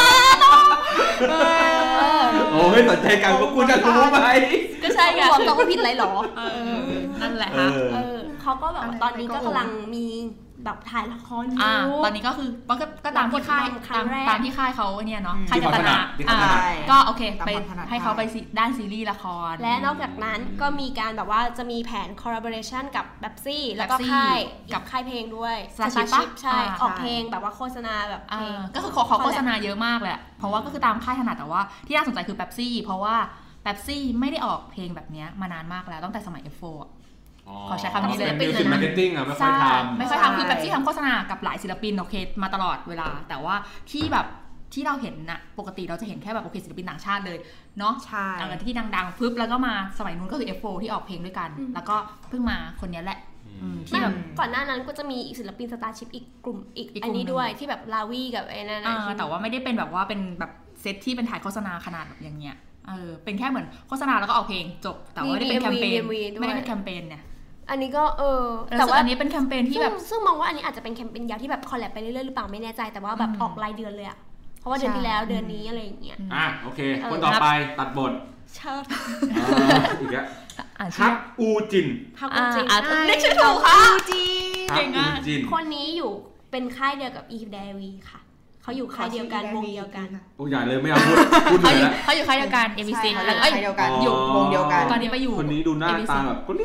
โอ้ไม่สนใจกันพวกกูจะรู้ไหมก็ใช่ไงบอกต้องผิดอะไรหรอนั่นแหละฮะเขาก็แบบตอนนี้ก็กำลังมีแบบถ่ายละครอยู่ตอนนี้ก็คือก็ตามที่ค่ายตามที่ค่ายเขาเนี่ยเนาะค่ายจัตนาก็โอเคไปให้เขาไปด้านซีรีส์ละครและนอกจากนั้นก็มีการแบบว่าจะมีแผน collaboration กับเบปซี่แล้วก็ค่ายเพลงด้วยStarshipใช่ออกเพลงแบบว่าโฆษณาแบบเพลงก็คือเขาโฆษณาเยอะมากเลยเพราะว่าก็คือตามค่ายถนัดแต่ว่าที่น่าสนใจคือเบปซี่เพราะว่าเบปซี่ไม่ได้ออกเพลงแบบนี้มานานมากแล้วตั้งแต่สมัย F4ขอใช้คำนี้เลยเป็นศิลปินมาร์เก็ตติ้งอ่ะไม่ค่อยทำคือแบบที่ทำโฆษณากับหลายศิลปินโอเคมาตลอดเวลาแต่ว่าที่แบบที่เราเห็นน่ะปกติเราจะเห็นแค่แบบโอเคศิลปินต่างชาติเลยเนาะใช่ที่ดังๆปึ๊บแล้วก็มาสมัยนู้นก็คือ F4 ที่ออกเพลงด้วยกันแล้วก็เพิ่งมาคนนี้แหละที่แบบก่อนหน้านั้นก็จะมีศิลปินสตาร์ชิพอีกกลุ่มอีกอันนี้ด้วยที่แบบลาวี่กับไอ้นั่นแต่ว่าไม่ได้เป็นแบบว่าเป็นแบบเซตที่เป็นถ่ายโฆษณาขนาดแบบอย่างเงี้ยเป็นแค่เหมือนโฆษณาแล้วก็ออกเพลงจบแต่ว่าไม่ได้เป็นแคมเปญไม่ได้เป็นแคมเปญเนี่ยอันนี้ก็แต่ว่าอันนี้เป็นแคมเปญที่แบบซึ่งมองว่าอันนี้อาจจะเป็นแคมเปญยาวที่แบบคอลแลบไปเรื่อยๆหรือเปล่าไม่แน่ใจแต่ว่าแบบออกรายเดือนเลยอะเพราะว่าเดือนที่แล้วเดือนนี้อะไรอย่างเงี้ยโอเคคนต่อไปตัดบทชอบอีกแล้วฮักอูจินเด็กชื่อถูกค่ะอูจินเก่งมากคนนี้อยู่เป็นค่ายเดียวกับอีฟเดวีค่ะเขาอยู่ค่ายเดียวกันวงเดียวกันโอ้ใหญ่เลยไม่เอาพูดเลยเขาอยู่ค่ายเดียวกัน ABC แล้วก็อยู่วงเดียวกันตอนนี้ไปอยู่คนนี้ดูหน้าตาแบบกุลี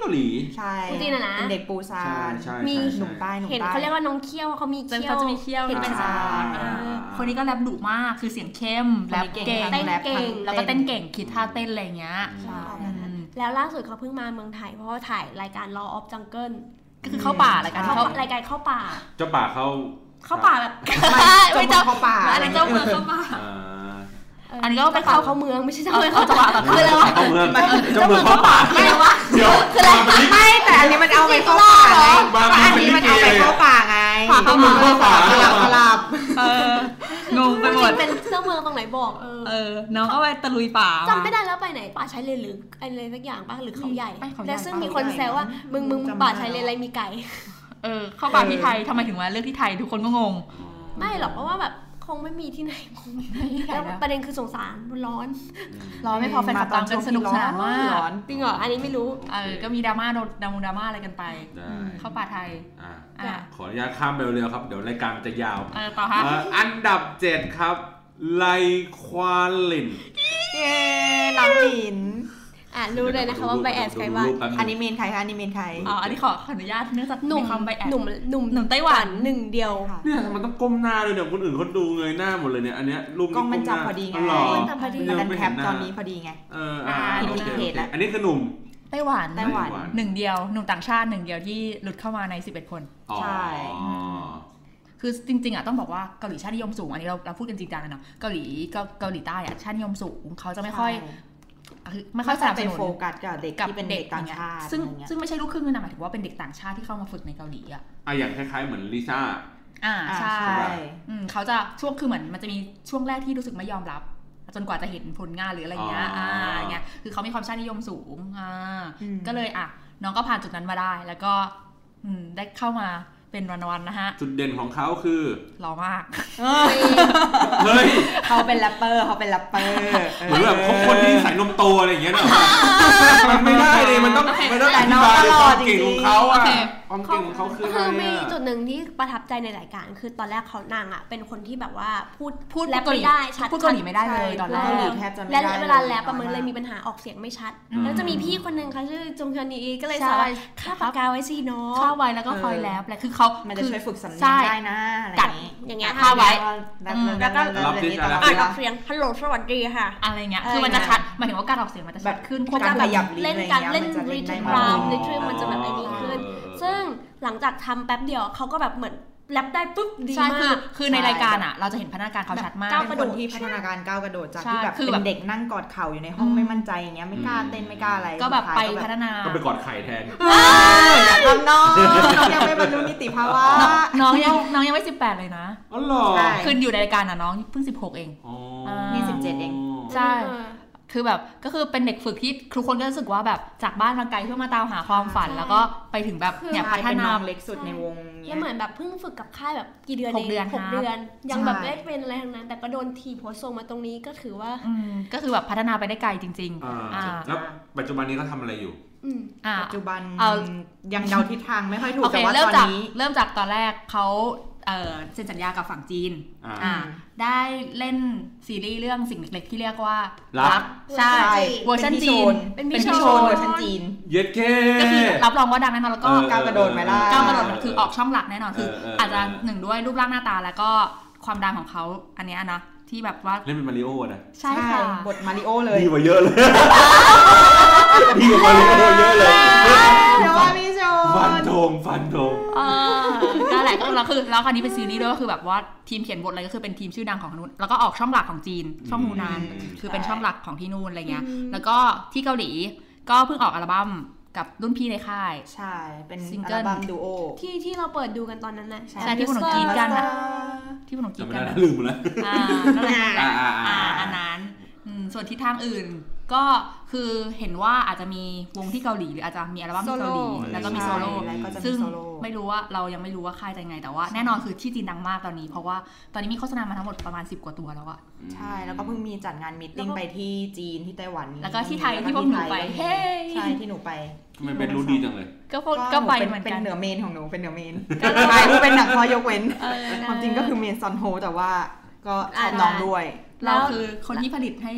เกาหลีใช่จริงๆนะเด็กปูซานมีหนุ่มใต้เห็นเขาเรียกว่าน้องเขี้ยวเขามีเขี้ยวจะมีเขี้ยวเป็นซานคนนี้ก็แรปดุมากคือเสียงเข้มแรปเก่งแล้วก็เต้นเก่งคิดท่าเต้นอะไรเงี้ยแล้วล่าสุดเขาเพิ่งมาเมืองไทยเพราะว่าถ่ายรายการ Law of Jungle ก็คือเข้าป่ารายการเข้าป่าเจ้าป่าเข้าป่าแบบไม่เจ้าเข้าป่าอะไรเจ้าเมืองเข้าป่าอันนี้ก็ไปเข้าเมืองไม่ใช่เจ้าเมืองเข้าป่าคืออะไรวะเจ้าเมืองเข้าป่าอะไรวะเดี๋ยวคืออะไรไม่แต่อันนี้มันเอาไปเข้าป่าไงอันนี้มันเอาไปเข้าป่าไงเจ้าเมืองเข้าป่าสลับงงไปหมดเป็นเจ้าเมืองตรงไหนบอกน้องเอาไปตะลุยป่าจำไม่ได้แล้วไปไหนป่าชายเลนหรืออะไรสักอย่างป่ะหรือเขาใหญ่แต่ซึ่งมีคนแซวว่ามึงป่าชายเลนอะไรมีไก่เข้าป่าที่ไทยทำไมถึงมาเลือกที่ไทยทุกคนก็งงไม่หรอกเพราะว่าแบบคงไม่มีที่ไหนแล้วประเด็นคือสงสารร้อนไม่พอแฟนคลับตามกันสนุกสนานมากจริงเหรออันนี้ไม่รู้ก็มีดราม่าดราม่าอะไรกันไปเข้าป่าไทยขออนุญาตข้ามไปเร็วครับเดี๋ยวรายการจะยาวต่อฮะอันดับ7ครับไลควาลินน้องหลินรู้เลยนะคะว่าไบแอสใครบ้างอันนี้เมนใครคะอันนี้เมนใครอันนี้ขออนุญาตเนื่องจากมีความไบแอสหนุ่มไต้หวันหนึ่งเดียวเนี่ยมันต้องก้มหน้าเลยเนี่ยคนอื่นเขาดูเงยหน้าหมดเลยเนี่ยอันเนี้ยรูปกล้องมันจับพอดีไงมันแคปตอนนี้พอดีไงอันนี้คือหนุ่มไต้หวันหนึ่งเดียวหนุ่มต่างชาติหนึ่งเดียวที่หลุดเข้ามาใน11คนใช่คือจริงๆต้องบอกว่าเกาหลีชาตินิยมสูงอันนี้เราพูดกันจริงจังเลยเนาะเกาหลีใต้ชาตินิยมสูงเขาจะไม่ค่อยสนับสนุนโฟกัสกับเด็กที่เป็นเด็กต่างชาติซึ่งไม่ใช่ลูกครึ่งนะหมายถึงว่าเป็นเด็กต่างชาติที่เข้ามาฝึกในเกาหลีอย่างคล้ายๆเหมือนลิซ่าใช่เขาจะช่วงคือเหมือนมันจะมีช่วงแรกที่รู้สึกไม่ยอมรับจนกว่าจะเห็นผลงานหรืออะไรเงี้ยเงี้ยคือเขามีความชาตินิยมสูงก็เลยน้องก็ผ่านจุดนั้นมาได้แล้วก็ได้เข้ามาเป็นวันๆนะฮะจุดเด่นของเขาคือหล่อมากเฮ้ยเขาเป็นแรปเปอร์เหมือนแบบคนที่ใส่นมโตอะไรอย่างเงี้ยเนอะมันไม่ได้เลยมันต้องอธิบายความเก่งของเขาความเก่งของเขาคือมีจุดหนึ่งที่ประทับใจในรายการคือตอนแรกเขานางเป็นคนที่แบบว่าพูดแรปไม่ได้ชัดพูดเกาหลีไม่ได้เลยตอนแรกและเวลาแรปมันเลยมีปัญหาออกเสียงไม่ชัดแล้วจะมีพี่คนนึงเขาชื่อจงเฮียนอีก็เลยสอนค่าปากกาไว้สิเนาะค่าไว้แล้วก็คอยแรปอะไรคือเขามันจะช่วยฝึกสำเนียงได้นะกัดอย่างเงี้ยค่าไว้แล้วก็ออกเสียงฮัลโหลสวัสดีค่ะอะไรเงี้ยคือมันจะชัดหมายถึงว่าการออกเสียงมันจะชัดขึ้นควบกับเล่นการเล่นริทึมรามริทึมมันจะแบบไอ้นี้ขึ้นซึ่งหลังจากทำแป๊บเดียวเขาก็แบบเหมือนแรปได้ปุ๊บดีมากคือในรายการเราจะเห็นพัฒนาการเขาชัดมากเป็นคนที่พัฒนาการก้าวกระโดดจากที่แบบเป็นเด็กนั่งกอดเข่าอยู่ในห้องไม่มั่นใจอย่างเงี้ยไม่กล้าเต้นไม่กล้าอะไรก็แบบไปพัฒนาก็ไปกอดไข่แทนอยากทำน้องยังไม่บรรลุนิติภาวะน้องยังไม่18เลยนะอ๋อเหรอคืออยู่ในรายการน้องเพิ่ง16เองนี่17เองใช่คือแบบก็คือเป็นเด็กฝึกที่ทุกคนก็รู้สึกว่าแบบจากบ้านมาไกลเพื่อมาตามหาความฝันแล้วก็ไปถึงแบบเนี่ยพัฒนาเล็กสุดในวงเนี่ยเหมือนแบบเพิ่งฝึกกับค่ายแบบกี่เดือน6 เดือนยังแบบไม่เป็นอะไรทั้งนั้นแต่ก็โดนทีโพสส่งมาตรงนี้ก็ถือว่าก็คือแบบพัฒนาไปได้ไกลจริงๆแล้วปัจจุบันนี้เขาทำอะไรอยู่ปัจจุบันยังเดาทิศทางไม่ค่อยถูกแต่ว่าตอนนี้เริ่มจากตอนแรกเขาเซ็นสัญญากับฝั่งจีนได้เล่นซีรีส์เรื่องสิ่งเล็กๆที่เรียกว่ารักใช่เวอร์ชันจีนเป็นพี่โชนเวอร์ชันจีนเย็ดแค่ก็คือรับรองว่าดังแน่นอนแล้วก็ก้าวกระโดดไหมล่ะก้าวกระโดดคือออกช่องหลักแน่นอนคืออาจจะหนึ่งด้วยรูปร่างหน้าตาแล้วก็ความดังของเขาอันนี้นะที่แบบว่าเล่นเป็นมาริโอนะใช่ค่ะบทมาริโอเลยดีกว่าเยอะเลยดีกว่ามาริโอเยอะเลยแต่ว่าพี่โชฟันธงก็แหละก็แล้วคือแล้วคราวนี้เป็นซีรีส์ด้วยก็คือแบบว่าทีมเขียนบทอะไรก็คือเป็นทีมชื่อดังของนู้นแล้วก็ออกช่องหลักของจีนช่องฮูนานคือเป็นช่องหลักของที่นู่นอะไรเงี้ยแล้วก็ที่เกาหลีก็เพิ่งออกอัลบั้มกับรุ่นพี่ในค่ายใช่เป็นอัลบั้มดูโอที่เราเปิดดูกันตอนนั้นนะใช่ที่พวกหนูกรี๊ดกันนะที่พวกหนูกรี๊ดกันลืมแล้วนั่นแหละอันนั้นส่วนทิศทางอื่นก็คือเห็นว่าอาจจะมีวงที่เกาหลีหรืออาจจะมีอัลบั้มที่เกาหลีแล้วก็มีโซโล่ซึ่งไม่รู้ว่าเรายังไม่รู้ว่าค่ายจะยังไงแต่ว่าแน่นอนคือที่จีนดังมากตอนนี้เพราะว่าตอนนี้มีโฆษณามาทั้งหมดประมาณ10 กว่าตัวแล้วอะใช่แล้วก็เพิ่งมีจัดงานมีตติ้งไปที่จีนที่ไต้หวันแล้วก็ที่ไทยที่พวกหนูไปเฮ้ใช่ที่หนูไปมันเป็นรู้ดีจังเลยก็ไปเหมือนกันเป็นเหนือเมนของหนูเป็นเหนือเมนใช่เป็นหนังพอยกเว้นความจริงก็คือเมนซอนโฮแต่ว่าก็ชอบน้องด้วยเราคือคนที่ผลิต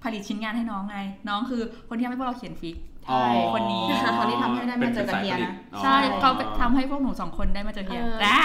ผลิตชิ้นงานให้น้องไงน้องคือคนที่ทำให้พวกเราเขียนฟิกใช่คนนี้คนที่ทำให้ได้มาเจอกันเฮียนะใช่เขาทำให้พวกหนู2คนได้มาเจอเฮีย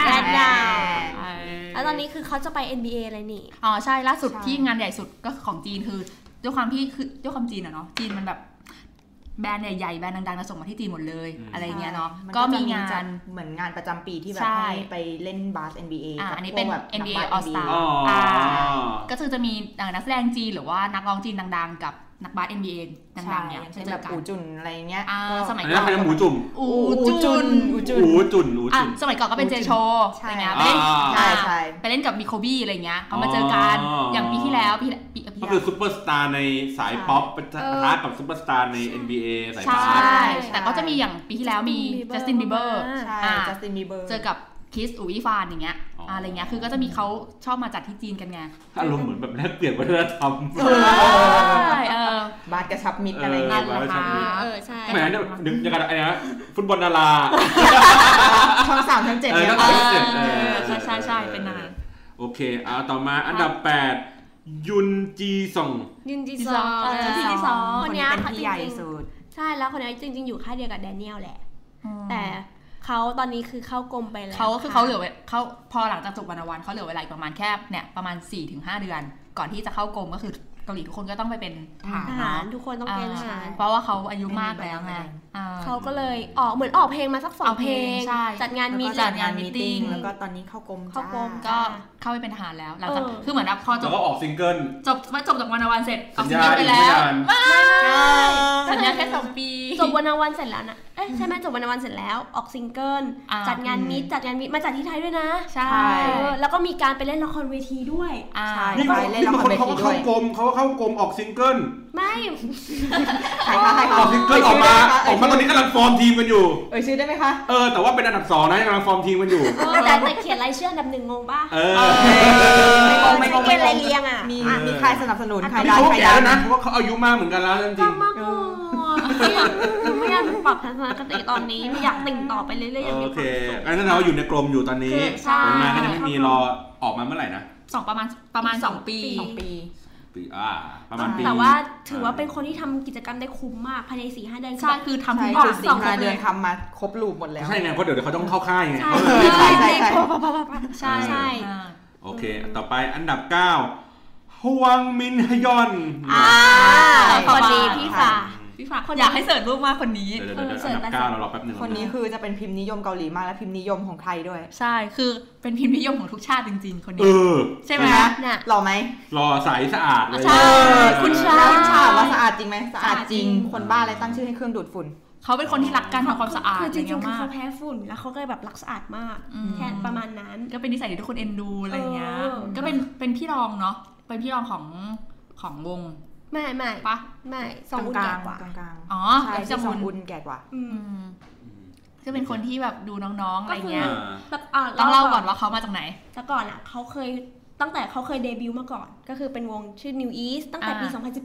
แล้วตอนนี้คือเขาจะไป NBA อะไรนี่อ๋อใช่ล่าสุดที่งานใหญ่สุดก็ของจีนคือด้วยความจีนอะเนาะจีนมันแบบแบรนด์ใหญ่ๆแบรนด์ดังๆส่งมาที่จีนหมดเลยอะไรเงี้ยเนาะก็มีงานเหมือนงานประจำปีที่แบบให้ไปเล่นบาส NBA อันนี้เป็น NBA All Star ก็คือจะมีนักแสดงจีนหรือว่านักร้องจีนดังๆกับนักบาส NBA ดังๆเนี่ยจะแบบอูจุนอะไรเงี้ยสมัยก่อนหมูจุ่มอูจุนสมัยก่อนก็เป็นเจโชอะไรเงี้ยไปเล่นกับมิโคบี้อะไรเงี้ยเขามาเจอกันอย่างปีที่แล้วก็คือซุปเปอร์สตาร์ในสายป๊อปปะทะกับซุปเปอร์สตาร์ใน NBA สายบาสแต่ก็จะมีอย่างปีที่แล้วมีจัสตินบีเบอร์จัสตินบีเบอร์เจอกับคิสอูวี่ฟานอย่างเงี้ยอะไรเงี้ยคือก็จะมีเขาชอบมาจัดที่จีนกันไงอารมณ์เหมือนแบบแลกเปลี่ยนวัฒนธรรมใช่บาสกระชับมิตรอะไรเงี้ยใช่แหมเนี่ยนึกอย่างอะไรนะฟุตบอลดาราช่อง3ช่อง7เนี่ยใช่เป็นนานโอเคต่อมาอันดับ8ยุนจีซองคนนี้เป็นพี่ใหญ่สุดใช่แล้วคนนี้จริงๆอยู่ค่ายเดียวกับแดเนียลแหละแต่เขาตอนนี้คือเข้ากรมไปแล้วเขาเหลือเขาพอหลังจากจบวันเขาเหลือเวลาประมาณแค่เนี่ยประมาณ 4-5 เดือนก่อนที่จะเข้ากรมก็คือเกาหลีทุกคนก็ต้องไปเป็นทหารทุกคนต้องเป็นทหารเพราะว่าเขาอายุมากแล้วไงเขาก็เลยเหมือนออกเพลงมาสัก2เพลงจัดงานมีติ้งแล้วก็ตอนนี้เข้ากรมก็เข้าไปเป็นทหารแล้วหลังจากคือเหมือนพอจบก็ออกซิงเกิลจบจากวันเสร็จออกซิงเกิลไปแล้วสัญญาแค่2ปีจบวันเสร็จแล้วนะใช่ไหมจบวันเสร็จแล้วออกซิงเกิลจัดงานมิตมาจัดที่ไทยด้วยนะใช่แล้วก็มีการไปเล่นละครเวทีด้วยใช่ไปเล่นละครเวทีด้วยเขาเข้ากรมออกซิงเกิลไม่ออกซิงเกิลออกมาตอนนี้กำลังฟอร์มทีมกันอยู่ชื่อได้ไหมคะแต่ว่าเป็นอันดับ2นะกำลังฟอร์มทีมกันอยู่แต่เขียนรายชื่ออันดับ1งงป่ะไม่เกณฑ์อะไรเรียงอ่ะมีใครสนับสนุนใครได้ใครได้นะเพราะว่าเขาอายุมากเหมือนกันแล้วจริงๆมากไม่อยากปรับทัศนคติตอนนี้ไม่อยากติ่งต่อไปเรื่อยๆอย่างนี้โอเคงั้นเราอยู่ในกรมอยู่ตอนนี้ผลงานก็ยังไม่มีรอออกมาเมื่อไหร่นะประมาณ2 ปีประมาณปีแต่ว่าถือว่าเป็นคนที่ทำกิจกรรมได้คุ้มมากภายใน 4-5 เดือนใช่คือทำทุกอย่าง4-5 เดือนทำมาครบลูปหมดแล้วใช่ไงเพราะเดี๋ยวเขาต้องเข้าค่ายไงใช่โอเคต่อไปอันดับ9ฮวงมินฮยอนคนดีพี่ฝาอยากให้เสิร์ชรูปมากคนนี้อันดับ9เรารอแป๊บนึงคนนี้คือจะเป็นพิมพ์นิยมเกาหลีมากและพิมพ์นิยมของไทยด้วยใช่คือเป็นพิมพ์นิยมของทุกชาติจริงๆคนนี้ใช่ไหมเนี่ยหล่อไหมหล่อใสสะอาดเลยใช่คุณชาว่าสะอาดจริงไหมสะอาดจริงคนบ้าอะไรตั้งชื่อให้เครื่องดูดฝุ่นเขาเป็นคนที่รักการทำความสะอาดคือจริงๆเขาแพ้ฝุ่นแล้วเขาก็แบบรักสะอาดมากแค่ประมาณนั้นก็เป็นนิสัยที่ทุกคนเอ็นดูอะไรเงี้ยก็เป็นพี่รองเนาะเป็นพี่รองของวงไม่ปะไม่สองอุ่นแก่กว่าอ๋อใช่สองอุ่นแก่กว่าก็เป็นคนที่แบบดูน้องๆอะไรเงี้ยต้องเล่าก่อนว่าเขามาจากไหนแต่ก่อนอ่ะเขาเคยตั้งแต่เขาเคยเดบิวต์มาก่อนก็คือเป็นวงชื่อ New East ตั้งแต่ปี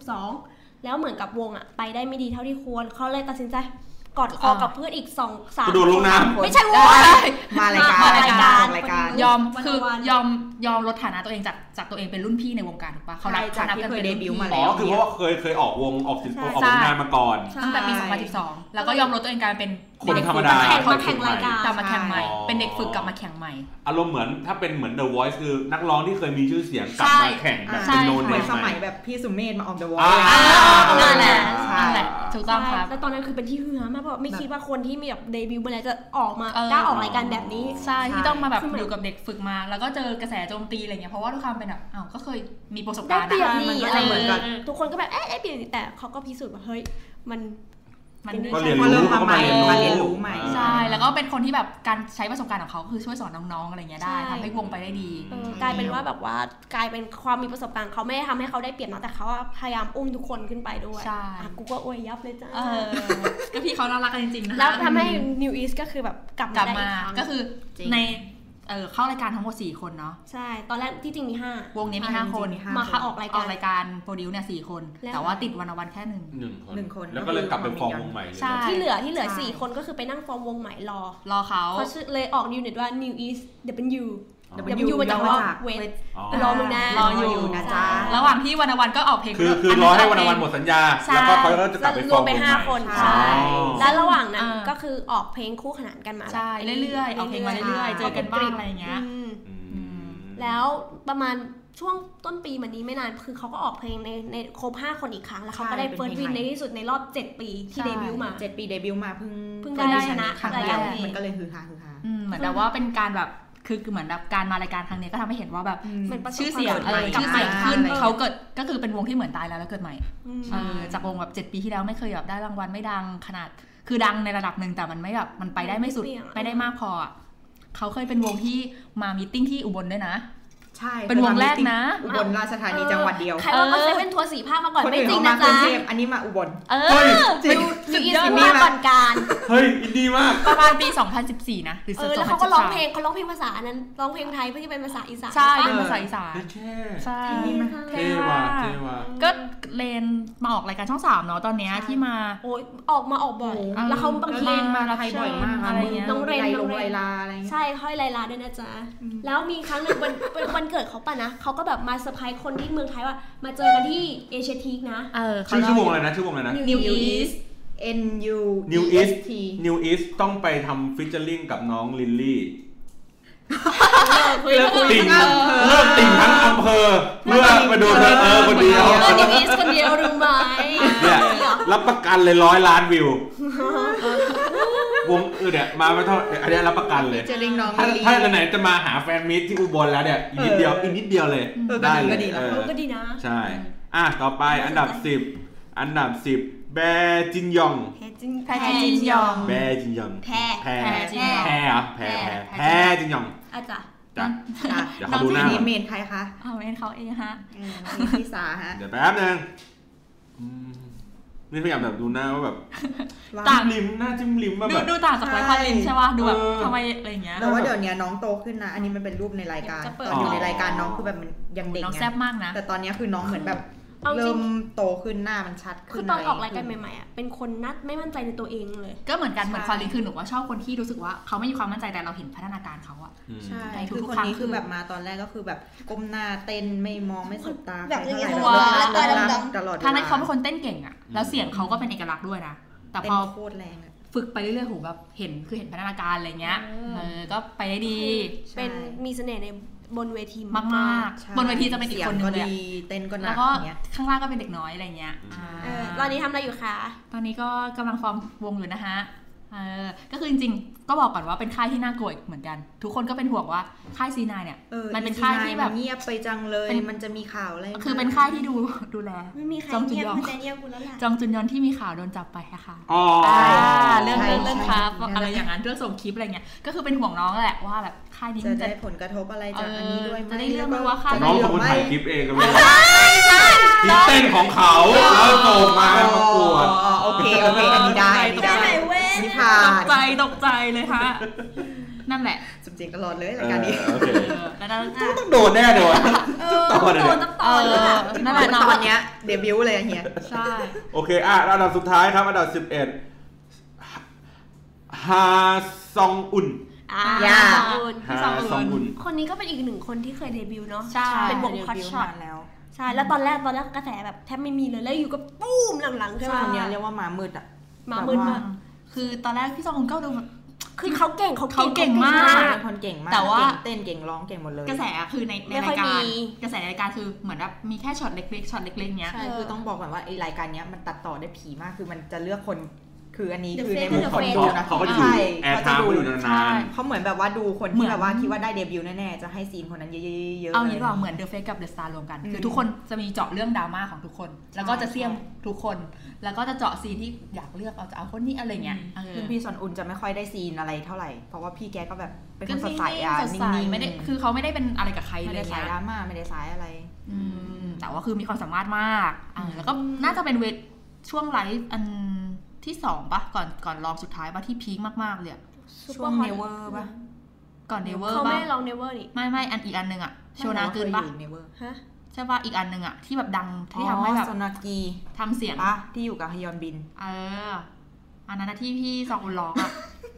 2012แล้วเหมือนกับวงอ่ะไปได้ไม่ดีเท่าที่ควรเขาเลยตัดสินใจกอดคอกับเพื่อนอีก 2-3 โดดลงน้ำไม่ใช่วงมารายการยอมลดฐานะตัวเองจากตัวเองเป็นรุ่นพี่ในวงการถูกปะเขานับกันเป็นเดบิวต์มาแล้วคือเพราะว่าเคยออกวงออกงานมาก่อนตั้งแต่ปี 2012แล้วก็ยอมลดตัวเองกลายเป็นคนธรรมดามาแข่งรายการกลับมาแข่งใหม่เป็นเด็กฝึกกลับมาแข่งใหม่อารมณ์เหมือนถ้าเป็นเหมือน The Voice คือนักร้องที่เคยมีชื่อเสียงกลับมาแข่งแบบเป็นโนเนมสมัยแบบพี่สุเมธมาออก The Voice นั่นแหละถูกต้องครับแล้วตอนนั้นคือเป็นที่ฮือมากเพราะไม่คิดว่าคนที่มีแบบเดบิวต์มาแล้วจะออกมากล้าออกรายการแบบนี้ใช่ที่ต้องมาแบบอยู่กับเด็กฝึกมาแล้วก็เจอกระแสโจมตีอะไรเงี้ยเพราะว่าทุกคำเป็นแบบก็เคยมีประสบการณ์อะไรเหมือนกันทุกคนก็แบบเปลี่ยนแต่เขาก็พิสูจน์ว่าเฮ้ยมันก็เรียนรู้เข้ามาเรียนรู้ใหม่ใช่แล้วก็เป็นคนที่แบบการใช้ประสบการณ์ของเขาคือช่วยสอนน้องๆอะไรเงี้ยได้ทำให้วงไปได้ดีกลายเป็นว่าแบบว่ากลายเป็นความมีประสบการณ์เขาไม่ได้ทำให้เขาได้เปรียบนะแต่เขาพยายามอุ้มทุกคนขึ้นไปด้วยกูก็อวยยับเลยจ้าก็พี่เขาน่ารักกันจริงๆนะแล้วทำให้ New East ก็คือแบบกลับมาก็คือในเข้ารายการทั้งหมด4คนเนาะใช่ตอนแรกที่จริงมี5 วงนี้มี5คนมาออกรายการโปรดิวเนี่ย4คนแต่ว่าติดวันแค่ 1คนแล้วก็เลยกลับไปฟอร์มวงใหม่ใช่ที่เหลือ4คนก็คือไปนั่งฟอร์มวงใหม่รอเขาเลยออกนิวเน็ตว่า New East W W มาจากเวทรอมึงนะรออยู่นะจ๊ะระหว่างที่วรรณวันก็ออกเพลงคือรอให้วรรณวันหมดสัญญาแล้วก็เขาก็จะกลับไปฟอร์มไป5 คนใช่แล้วระหว่างนั้นก็คือออกเพลงคู่ขนานกันมาใช่เรื่อยๆออกเพลงมาเรื่อยๆเจอกันบ้างอะไรอย่างเงี้ยแล้วประมาณช่วงต้นปีมานี้ไม่นานคือเขาก็ออกเพลงในครบ5 คนอีกครั้งแล้วเขาก็ได้เฟิร์สวินในที่สุดในรอบ7 ปีที่เดบิวต์มา 7 ปีเดบิวต์มาเพิ่งได้ชนะครั้งเดียวมันก็เลยฮือฮาเหมือนแบบว่าเป็นการแบบคือเหมือนแบบการมารายการครั้งนี้ก็ทำให้เห็นว่าแบบชื่อเสียงกลับใหม่ขึ้นเขาเกิดก็คือเป็นวงที่เหมือนตายแล้วเกิดใหม่จากวงแบบ7 ปีที่แล้วไม่เคยแบบได้รางวัลไม่ดังขนาดคือดังในระดับหนึ่งแต่มันไม่แบบมันไปได้ไม่สุดไปได้มากพอเขาเคยเป็นวงที่มามีตติ้งที่อุบลด้วยนะใช่เป็นวงแรกนะอุบลราชธานีจังหวัดเดียวใครว่าก็เซเว่นทัวร์4 ภาคมาก่อนไม่จริงนะจ๊ะอันนี้มาอุบลดูอีสมาก่อนการเฮ้ยอินดี้มากประมาณปี2014นะหรือแล้วเขาก็ร้องเพลงภาษานั้นร้องเพลงไทยเพื่อที่เป็นภาษาอีสานใช่เป็นภาษาอีสานใช่เท่ว่ะก็เลนมาออกรายการช่อง3เนาะตอนนี้ที่มาโอ้ยออกบ่อยแล้วเขาบางทีมาไทยบ่อยมากอะไรเงี้ยน้องเรนไลลาอะไรใช่ห้อยไลลาด้วยนะจ๊ะแล้วมีครั้งนึงวันเกิดเขาป่ะนะเขาก็แบบมาเซอร์ไพรส์คนที่เมืองไทยว่ามาเจอกันที่เอเชียทีกนะชื่อวงอะไรนะชื่อวงอะไรนะ New East New East ต้องไปทำฟิชเชอร์ลิงกับน้องลิลลี่เลิกติ่งทั้งอำเภอเพื่อมาดูเธอคนเดียว New East คนเดียวรู้ไหมเนี่ยรับประกันเลย100 ล้านวิววงเนี่ยมาไม่เท่าอันนี้รับประกันเลยถ้าไหนจะมาหาแฟนมิตรที่อุบลแล้วเนี่ยอีกนิดเดียวเลยได้เลยก็ดีนะใช่ต่อไปอันดับ10แบจินยองแพจินยองแบจินยองแพจินยองจ้ะเดี๋ยวเขาดูหน้าเมนใครคะเมนเขาเองฮะพี่สาฮะเดี๋ยวแป๊บนึงนี่พยายามแบบดูหน้าว่าแบบต่างริมหน้าจิ้มริมว่าแบบดูต่างจากไลฟ์คอนลินใช่ป่ะดูแบบทำไมอะไรเงี้ยแต่ว่าเดี๋ยวนี้น้องโตขึ้นนะอันนี้มันเป็นรูปในรายการตอนอยู่ในรายการน้องคือแบบมันยังเด็กน้องแซ่บมากนะแต่ตอนนี้คือน้องเหมือนแบบเริ่มโตขึ้นหน้ามันชัดขึ้นคือตอนออกรายการใหม่ๆอ่ะเป็นคนนัดไม่มั่นใจในตัวเองเลยก็เหมือนกันเหมือนคอนลินคือหนูว่าชอบคนที่รู้สึกว่าเขาไม่มีความมั่นใจแต่เราเห็นพัฒนาการเขาอ่ะใช่คือคนนี้คือแบบมาตอนแรกก็คือแบบก้มหน้าเต้นไม่มองไม่สบตาแบบเท่าไหร่ตลอดทางนั้นเขาเป็นคนเต้นเก่งอ่ะแล้วเสียงเขาก็เป็นเอกลักษณ์ด้วยนะแต่พอโคตรแรงฝึกไปเรื่อยๆโหแบบเห็นพัฒนาการอะไรเงี้ยก็ไปได้ดีเป็นมีเสน่ห์ในบนเวทีมากๆบนเวทีจะเป็นอีกคนนึงเลยเต้นก็หนักแล้วก็ข้างล่างก็เป็นเด็กน้อยอะไรเงี้ยตอนนี้ทำอะไรอยู่คะตอนนี้ก็กำลังฟอร์มวงอยู่นะฮะก็คือจริงๆก็บอกก่อนว่าเป็นค่ายที่น่ากลัวเหมือนกันทุกคนก็เป็นห่วงว่าค่ายซีนายเนี่ยมันเป็นค่ายที่แบบเงียบไปจังเลยมันจะมีข่าวอะไรคือเป็นค่ายที่ดูแลไม่มีใครเงียบมันจะเงียบกูแล้วแหละจองจุนยอนที่มีข่าวโดนจับไปค่ะเรื่องครับอะไรอย่างนั้นเรื่องส่งคลิปอะไรเงี้ยก็คือเป็นห่วงน้องแหละว่าแบบค่ายนี้จะได้ผลกระทบอะไรจากอันนี้ด้วยจะได้เรื่องไหมว่าค่ายน้องเขาคนถ่ายคลิปเองก็ไม่ได้คลิปเต้นของเขาแล้วส่งมาประกวดโอเคอันนี้ได้นิพาตกใจเลยฮะนั่นแหละสมจริงตลอดเลยรายการนี้แล้วต้องโดนแน่เลยวะต้องโดนนั่นแหละตอนเนี้ยเดบิวต์เลยเฮียใช่โอเคอันดับสุดท้ายครับอันดับ11ฮาซองอุนคนนี้ก็เป็นอีกหนึ่งคนที่เคยเดบิวต์เนาะเป็นวงฮอตช็อตแล้วใช่แล้วตอนแรกกระแสแบบแทบไม่มีเลยแล้วอยู่ก็ปุ้มหลังๆใช่ไหมคนนี้เรียกว่ามามืดมามืดมากคือตอนแรกพี่ซองอุนก็ดูคือเขาเก่งมากเป็นคนเก่งมากแต่ว่าเต้นเก่งร้องเก่งหมดเลยกระแสคือในรายการกระแสในรายการคือเหมือนแบบมีแค่ช็อตเล็กๆเนี้ยใช่คือต้องบอกก่อนว่าไอรายการเนี้ยมันตัดต่อได้ผีมากคือมันจะเลือกคนคืออันนี้คือในมุมคนดูนะเขาก็อยู่แอร์ไทม์อยู่นานๆเขาเหมือนแบบว่าดูคนที่แบบว่าคิดว่าได้เดบิวต์แน่ๆจะให้ซีนคนนั้นเยอะๆเอางี้ดีกว่าเหมือนเดอะเฟซกับเดอะสตาร์รวมกันคือทุกคนจะมีเจาะเรื่องดราม่าของทุกคนแล้วก็จะเสี่ยมทุกคนแล้วก็จะเจาะซีนที่อยากเลือกเอาจะเอาคนนี้อะไรเงี้ยคือพี่ซอนอุนจะไม่ค่อยได้ซีนอะไรเท่าไหร่เพราะว่าพี่แกก็แบบเป็นคนสดใสนิ่งๆไม่ได้คือเขาไม่ได้เป็นอะไรกับใครเลยไม่ได้สายดราม่าไม่ได้สายอะไรแต่ว่าคือมีความสามารถมากแล้วก็น่าจะเป็นเวทช่วงไลฟ์อันที่2ป่ะก่อนลองสุดท้ายป่ะที่พีคมากๆเลยช่วงเนเวอร์ป่ะก่อนเนเวอร์เขาไม่ลองเนเวอร์นี่ไม่อันอีกอันนึงอ่ะโชนาเกินป่ะใช่ป่ะอีกอันนึงอ่ะที่แบบดังที่ทำให้แบบโซนากีทำเสียงที่อยู่กับฮยอนบินอันนั้นที่พี่ซองอุนร้องอ่ะ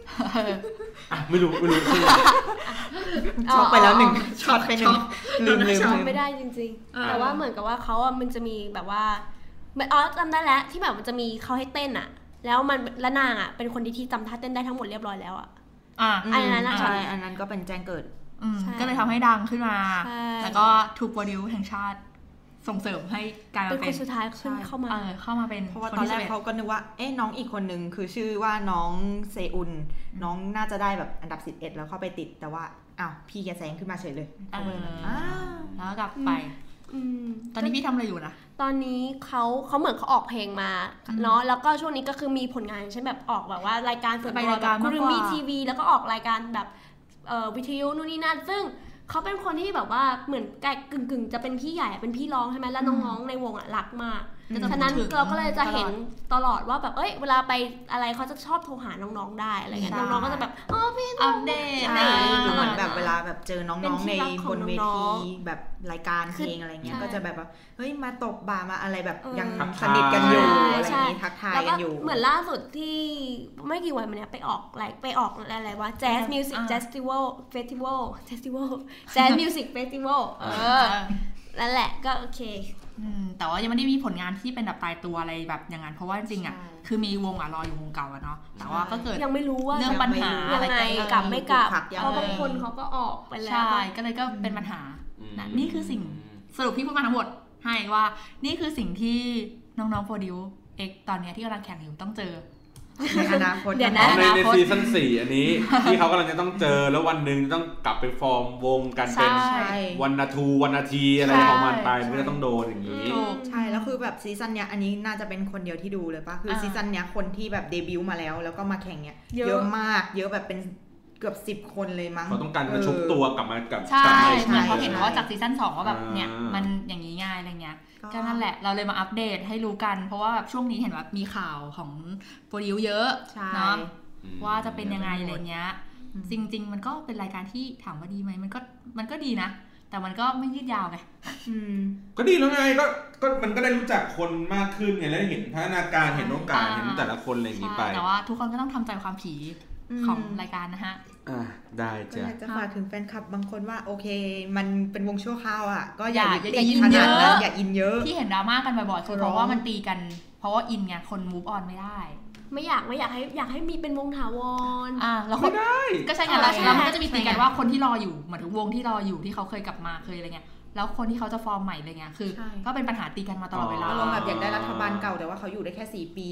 ไม่รู้ช็อกไปแล้ว1ช็อตไป1ลืมช็อกไม่ได้จริงๆแต่ว่าเหมือนกับว่าเขาอ่ะมันจะมีแบบว่าจำได้แล้วที่แบบมันจะมีเขาให้เต้นอ่ะแล้วมันละนางอ่ะเป็นคนที่จำท่าเต้นได้ทั้งหมดเรียบร้อยแล้วอ่ะอันนั้นนะใช่อันนั้นก็เป็นแจ้งเกิดก็เลยทำให้ดังขึ้นมาแล้วก็ถูกโปรดิวแห่งชาติส่งเสริมให้การเป็นคนสุดท้ายเข้ามาเป็นเพราะว่าตอนแรกเขาก็นึกว่าน้องอีกคนนึงคือชื่อว่าน้องเซอุนน้องน่าจะได้แบบอันดับ11แล้วเข้าไปติดแต่ว่าพี่แกแซงขึ้นมาเฉยเลยแล้วกลับไปตอนนี้พี่ทำอะไรอยู่นะตอนนี้เขาเหมือนเขาออกเพลงมาเนาะแล้วก็ช่วงนี้ก็คือมีผลงานเช่นแบบออกแบบว่ารายการส่วนตัวแบบกูรูมีทีวีแล้วก็ออกรายการแบบวิทยุนู่นนี่นั่นซึ่งเขาเป็นคนที่แบบว่าเหมือนกึ่งจะเป็นพี่ใหญ่เป็นพี่ร้องใช่ไหมแล้วน้องๆในวงรักมากฉะนั้นเราก็เลยจะเห็นตลอดว่าแบบเวลาไปอะไรเขาจะชอบโทรหาน้องๆได้อะไรเงี้ยน้องๆก็จะแบบพี่อัปเดตอะไรเหมือนแบบเวลาแบบเจอน้องๆในบนเวทีแบบรายการเพลงอะไรเงี้ยก็จะแบบว่าเฮ้ยมาตบบ่ามาอะไรแบบยังสนิทกันอยู่อะไรอย่างนี้ทักทายกันอยู่เหมือนล่าสุดที่ไม่กี่วันมาเนี้ยไปออกอะไรว่า Jazz Music Festival Jazz Music Festival นั่นแหละก็โอเคแต่ว่ายังไม่ได้มีผลงานที่เป็นแบบตายตัวอะไรแบบอย่างนั้นเพราะว่าจริงอ่ะคือมีวงรออยู่วงเก่าเนาะแต่ว่าก็เกิดยังไม่รู้ว่าเรื่องปัญหาอะไรกลับไม่กลับเพราะบางคนเขาก็ออกไปแล้วใช่ก็เลยก็เป็นปัญหานี่คือสิ่งสรุปที่พูดมาทั้งหมดให้ว่านี่คือสิ่งที่น้องๆโปรดิวเอ็กตอนนี้ที่กำลังแข่งอยู่ต้องเจอในอนาคตในซีซั่น4อันนี้ที่เขากำลังจะต้องเจอแล้ววันหนึ่งต้องกลับไปฟอร์มวงกันเป็นวันนาทีอะไรของมันไปมันก็ต้องโดนอย่างนี้ใช่แล้วคือแบบซีซั่นเนี้ยอันนี้น่าจะเป็นคนเดียวที่ดูเลยป่ะคือซีซั่นเนี้ยคนที่แบบเดบิวต์มาแล้วก็มาแข่งเนี้ยเยอะมากเยอะแบบเป็นเกือบ10คนเลยมั้งเขาต้องการมาชุบตัวกลับมากับใช่เหมือนเขาเห็นว่าจากซีซั่น2ว่าแบบเนี่ยมันอย่างนี้ง่ายอะไรเงี้ยก็นั่นแหละเราเลยมาอัปเดตให้รู้กันเพราะว่าแบบช่วงนี้เห็นว่ามีข่าวของโปรดิวเยอะเนาะว่าจะเป็นยังไงอะไรเงี้ยจริงๆมันก็เป็นรายการที่ถามว่าดีไหมมันก็ดีนะแต่มันก็ไม่ยืดยาวไงก็ดีแล้วไงก็มันก็ได้รู้จักคนมากขึ้นไงแล้วเห็นพัฒนาการเห็นโอกาสเห็นแต่ละคนอะไรอย่างนี้ไปแต่ว่าทุกคนก็ต้องทำใจความผีของรายการนะฮะได้จ้ะจะฝากถึงแฟนคลับบางคนว่าโอเคมันเป็นวงชั่วคราวอ่ะก็อย่าอินเยอะอย่าอินเยอะที่เห็นดราม่ากันบ่อยๆเพราะว่ามันตีกันเพราะว่าอินไงคน move on ไม่ได้ไม่อยากให้มีเป็นวงถาวรแล้วไม่ได้ก็ใช่ไงแล้วมันก็จะมีตีกันว่าคนที่รออยู่เหมือนถึงวงที่รออยู่ที่เขาเคยกลับมาเคยอะไรเงี้ยแล้วคนที่เขาจะฟอร์มใหม่อะไรเงี้ยคือก็เป็นปัญหาตีกันมาตลอดเวลาลงแบบอยากได้รัฐบาลเก่าแต่ว่าเขาอยู่ได้แค่4 ปี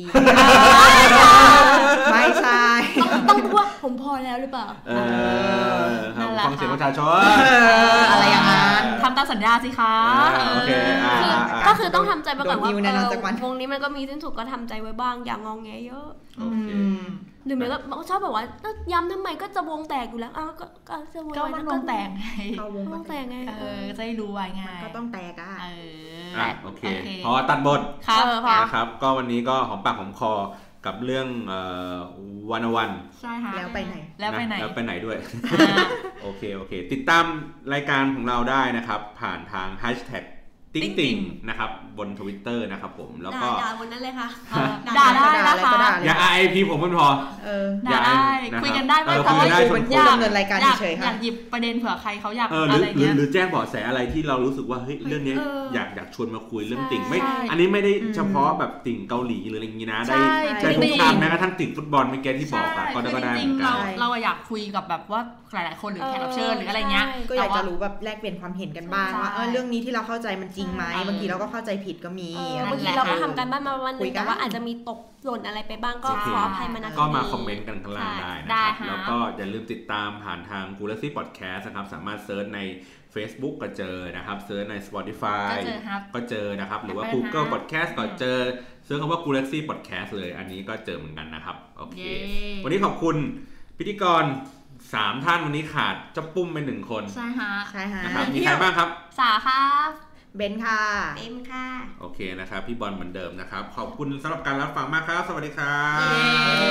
ไม่ใช่ต้องพูดว่าผมพอแล้วหรือเปล่าฟังเสียงประชาชนอะไรอย่างนั้นทำตามสัญญาสิคะโอเคก็คือต้องทำใจไว้ก่อนว่าวงนี้มันก็มีสิ้นสุดก็ทำใจไว้บ้างอย่างงอแงเยอะหรือไม่ก็ชอบแบบว่าย้ำทำไมก็จะวงแตกอยู่แล้วก็จะวงมันวงแตกไงวงแตกไงจะได้รู้ไว้ไงก็ต้องแตกโอเคพอตัดบทนะครับก็วันนี้ก็หอมปากหอมคอกับเรื่องวันใช่ค่ะแล้วไปไหนแล้วไปไหนด้วยโอเคติดตามรายการของเราได้นะครับผ่านทาง#ติ๊งนะครับบน Twitter นะครับผมแล้วก็ด่าบนนั้นเลยค่ะด่าได้นะคะอย่า RIP ผมมันพอด่าได้คุยกันได้เพราะว่าเป็นผู้ดำเนินรายการเฉยๆค่ะอยากหยิบประเด็นเผื่อใครเขาอยากอะไรเงี้ยหรือแจ้งเบาะแสอะไรที่เรารู้สึกว่าเฮ้ยเรื่องนี้อยากชวนมาคุยเรื่องติ่งไม่อันนี้ไม่ได้เฉพาะแบบติ่งเกาหลีหรืออะไรอย่างงี้นะได้ทุกทางแม้กระทั่งติ่งฟุตบอลเมื่อกี้ที่บอกก็ได้จริงๆเราอยากคุยกับแบบว่าหลายๆคนหรือแขกรับเชิญหรืออะไรเงี้ยก็อยากจะรู้แบบแลกเปลี่ยนความเห็นกันบ้างว่าเรื่องนี้ที่เราเข้าใจมันจริงไหมบางทีเราก็เข้าใจผิดก็มีบางทีเราก็ทำกันบ้านมาวันนึงแต่ว่าอาจจะมีตกหล่นอะไรไปบ้างก็ขออภัยมาณที่นี้ก็มาคอมเมนต์กันข้างล่างได้นะครับแล้วก็อย่าลืมติดตามผ่านทาง Galaxy Podcast นะครับสามารถเซิร์ชใน Facebook ก็เจอนะครับเซิร์ชใน Spotify ก็เจอนะครับหรือว่า Google Podcast ก็เจอเซิร์ชคำว่า Galaxy Podcast เลยอันนี้ก็เจอเหมือนกันนะครับโอเควันนี้ขอบคุณพิธีกร3 ท่านวันนี้ขาดเจ้าปุ้มไป1 คนใช่ฮะนะครับมีใครบ้างครับสาค่ะเบนค่ะเอ็มค่ะโอเคนะครับพี่บอลเหมือนเดิมนะครับขอบคุณสำหรับการรับฟังมากครับสวัสดีครับ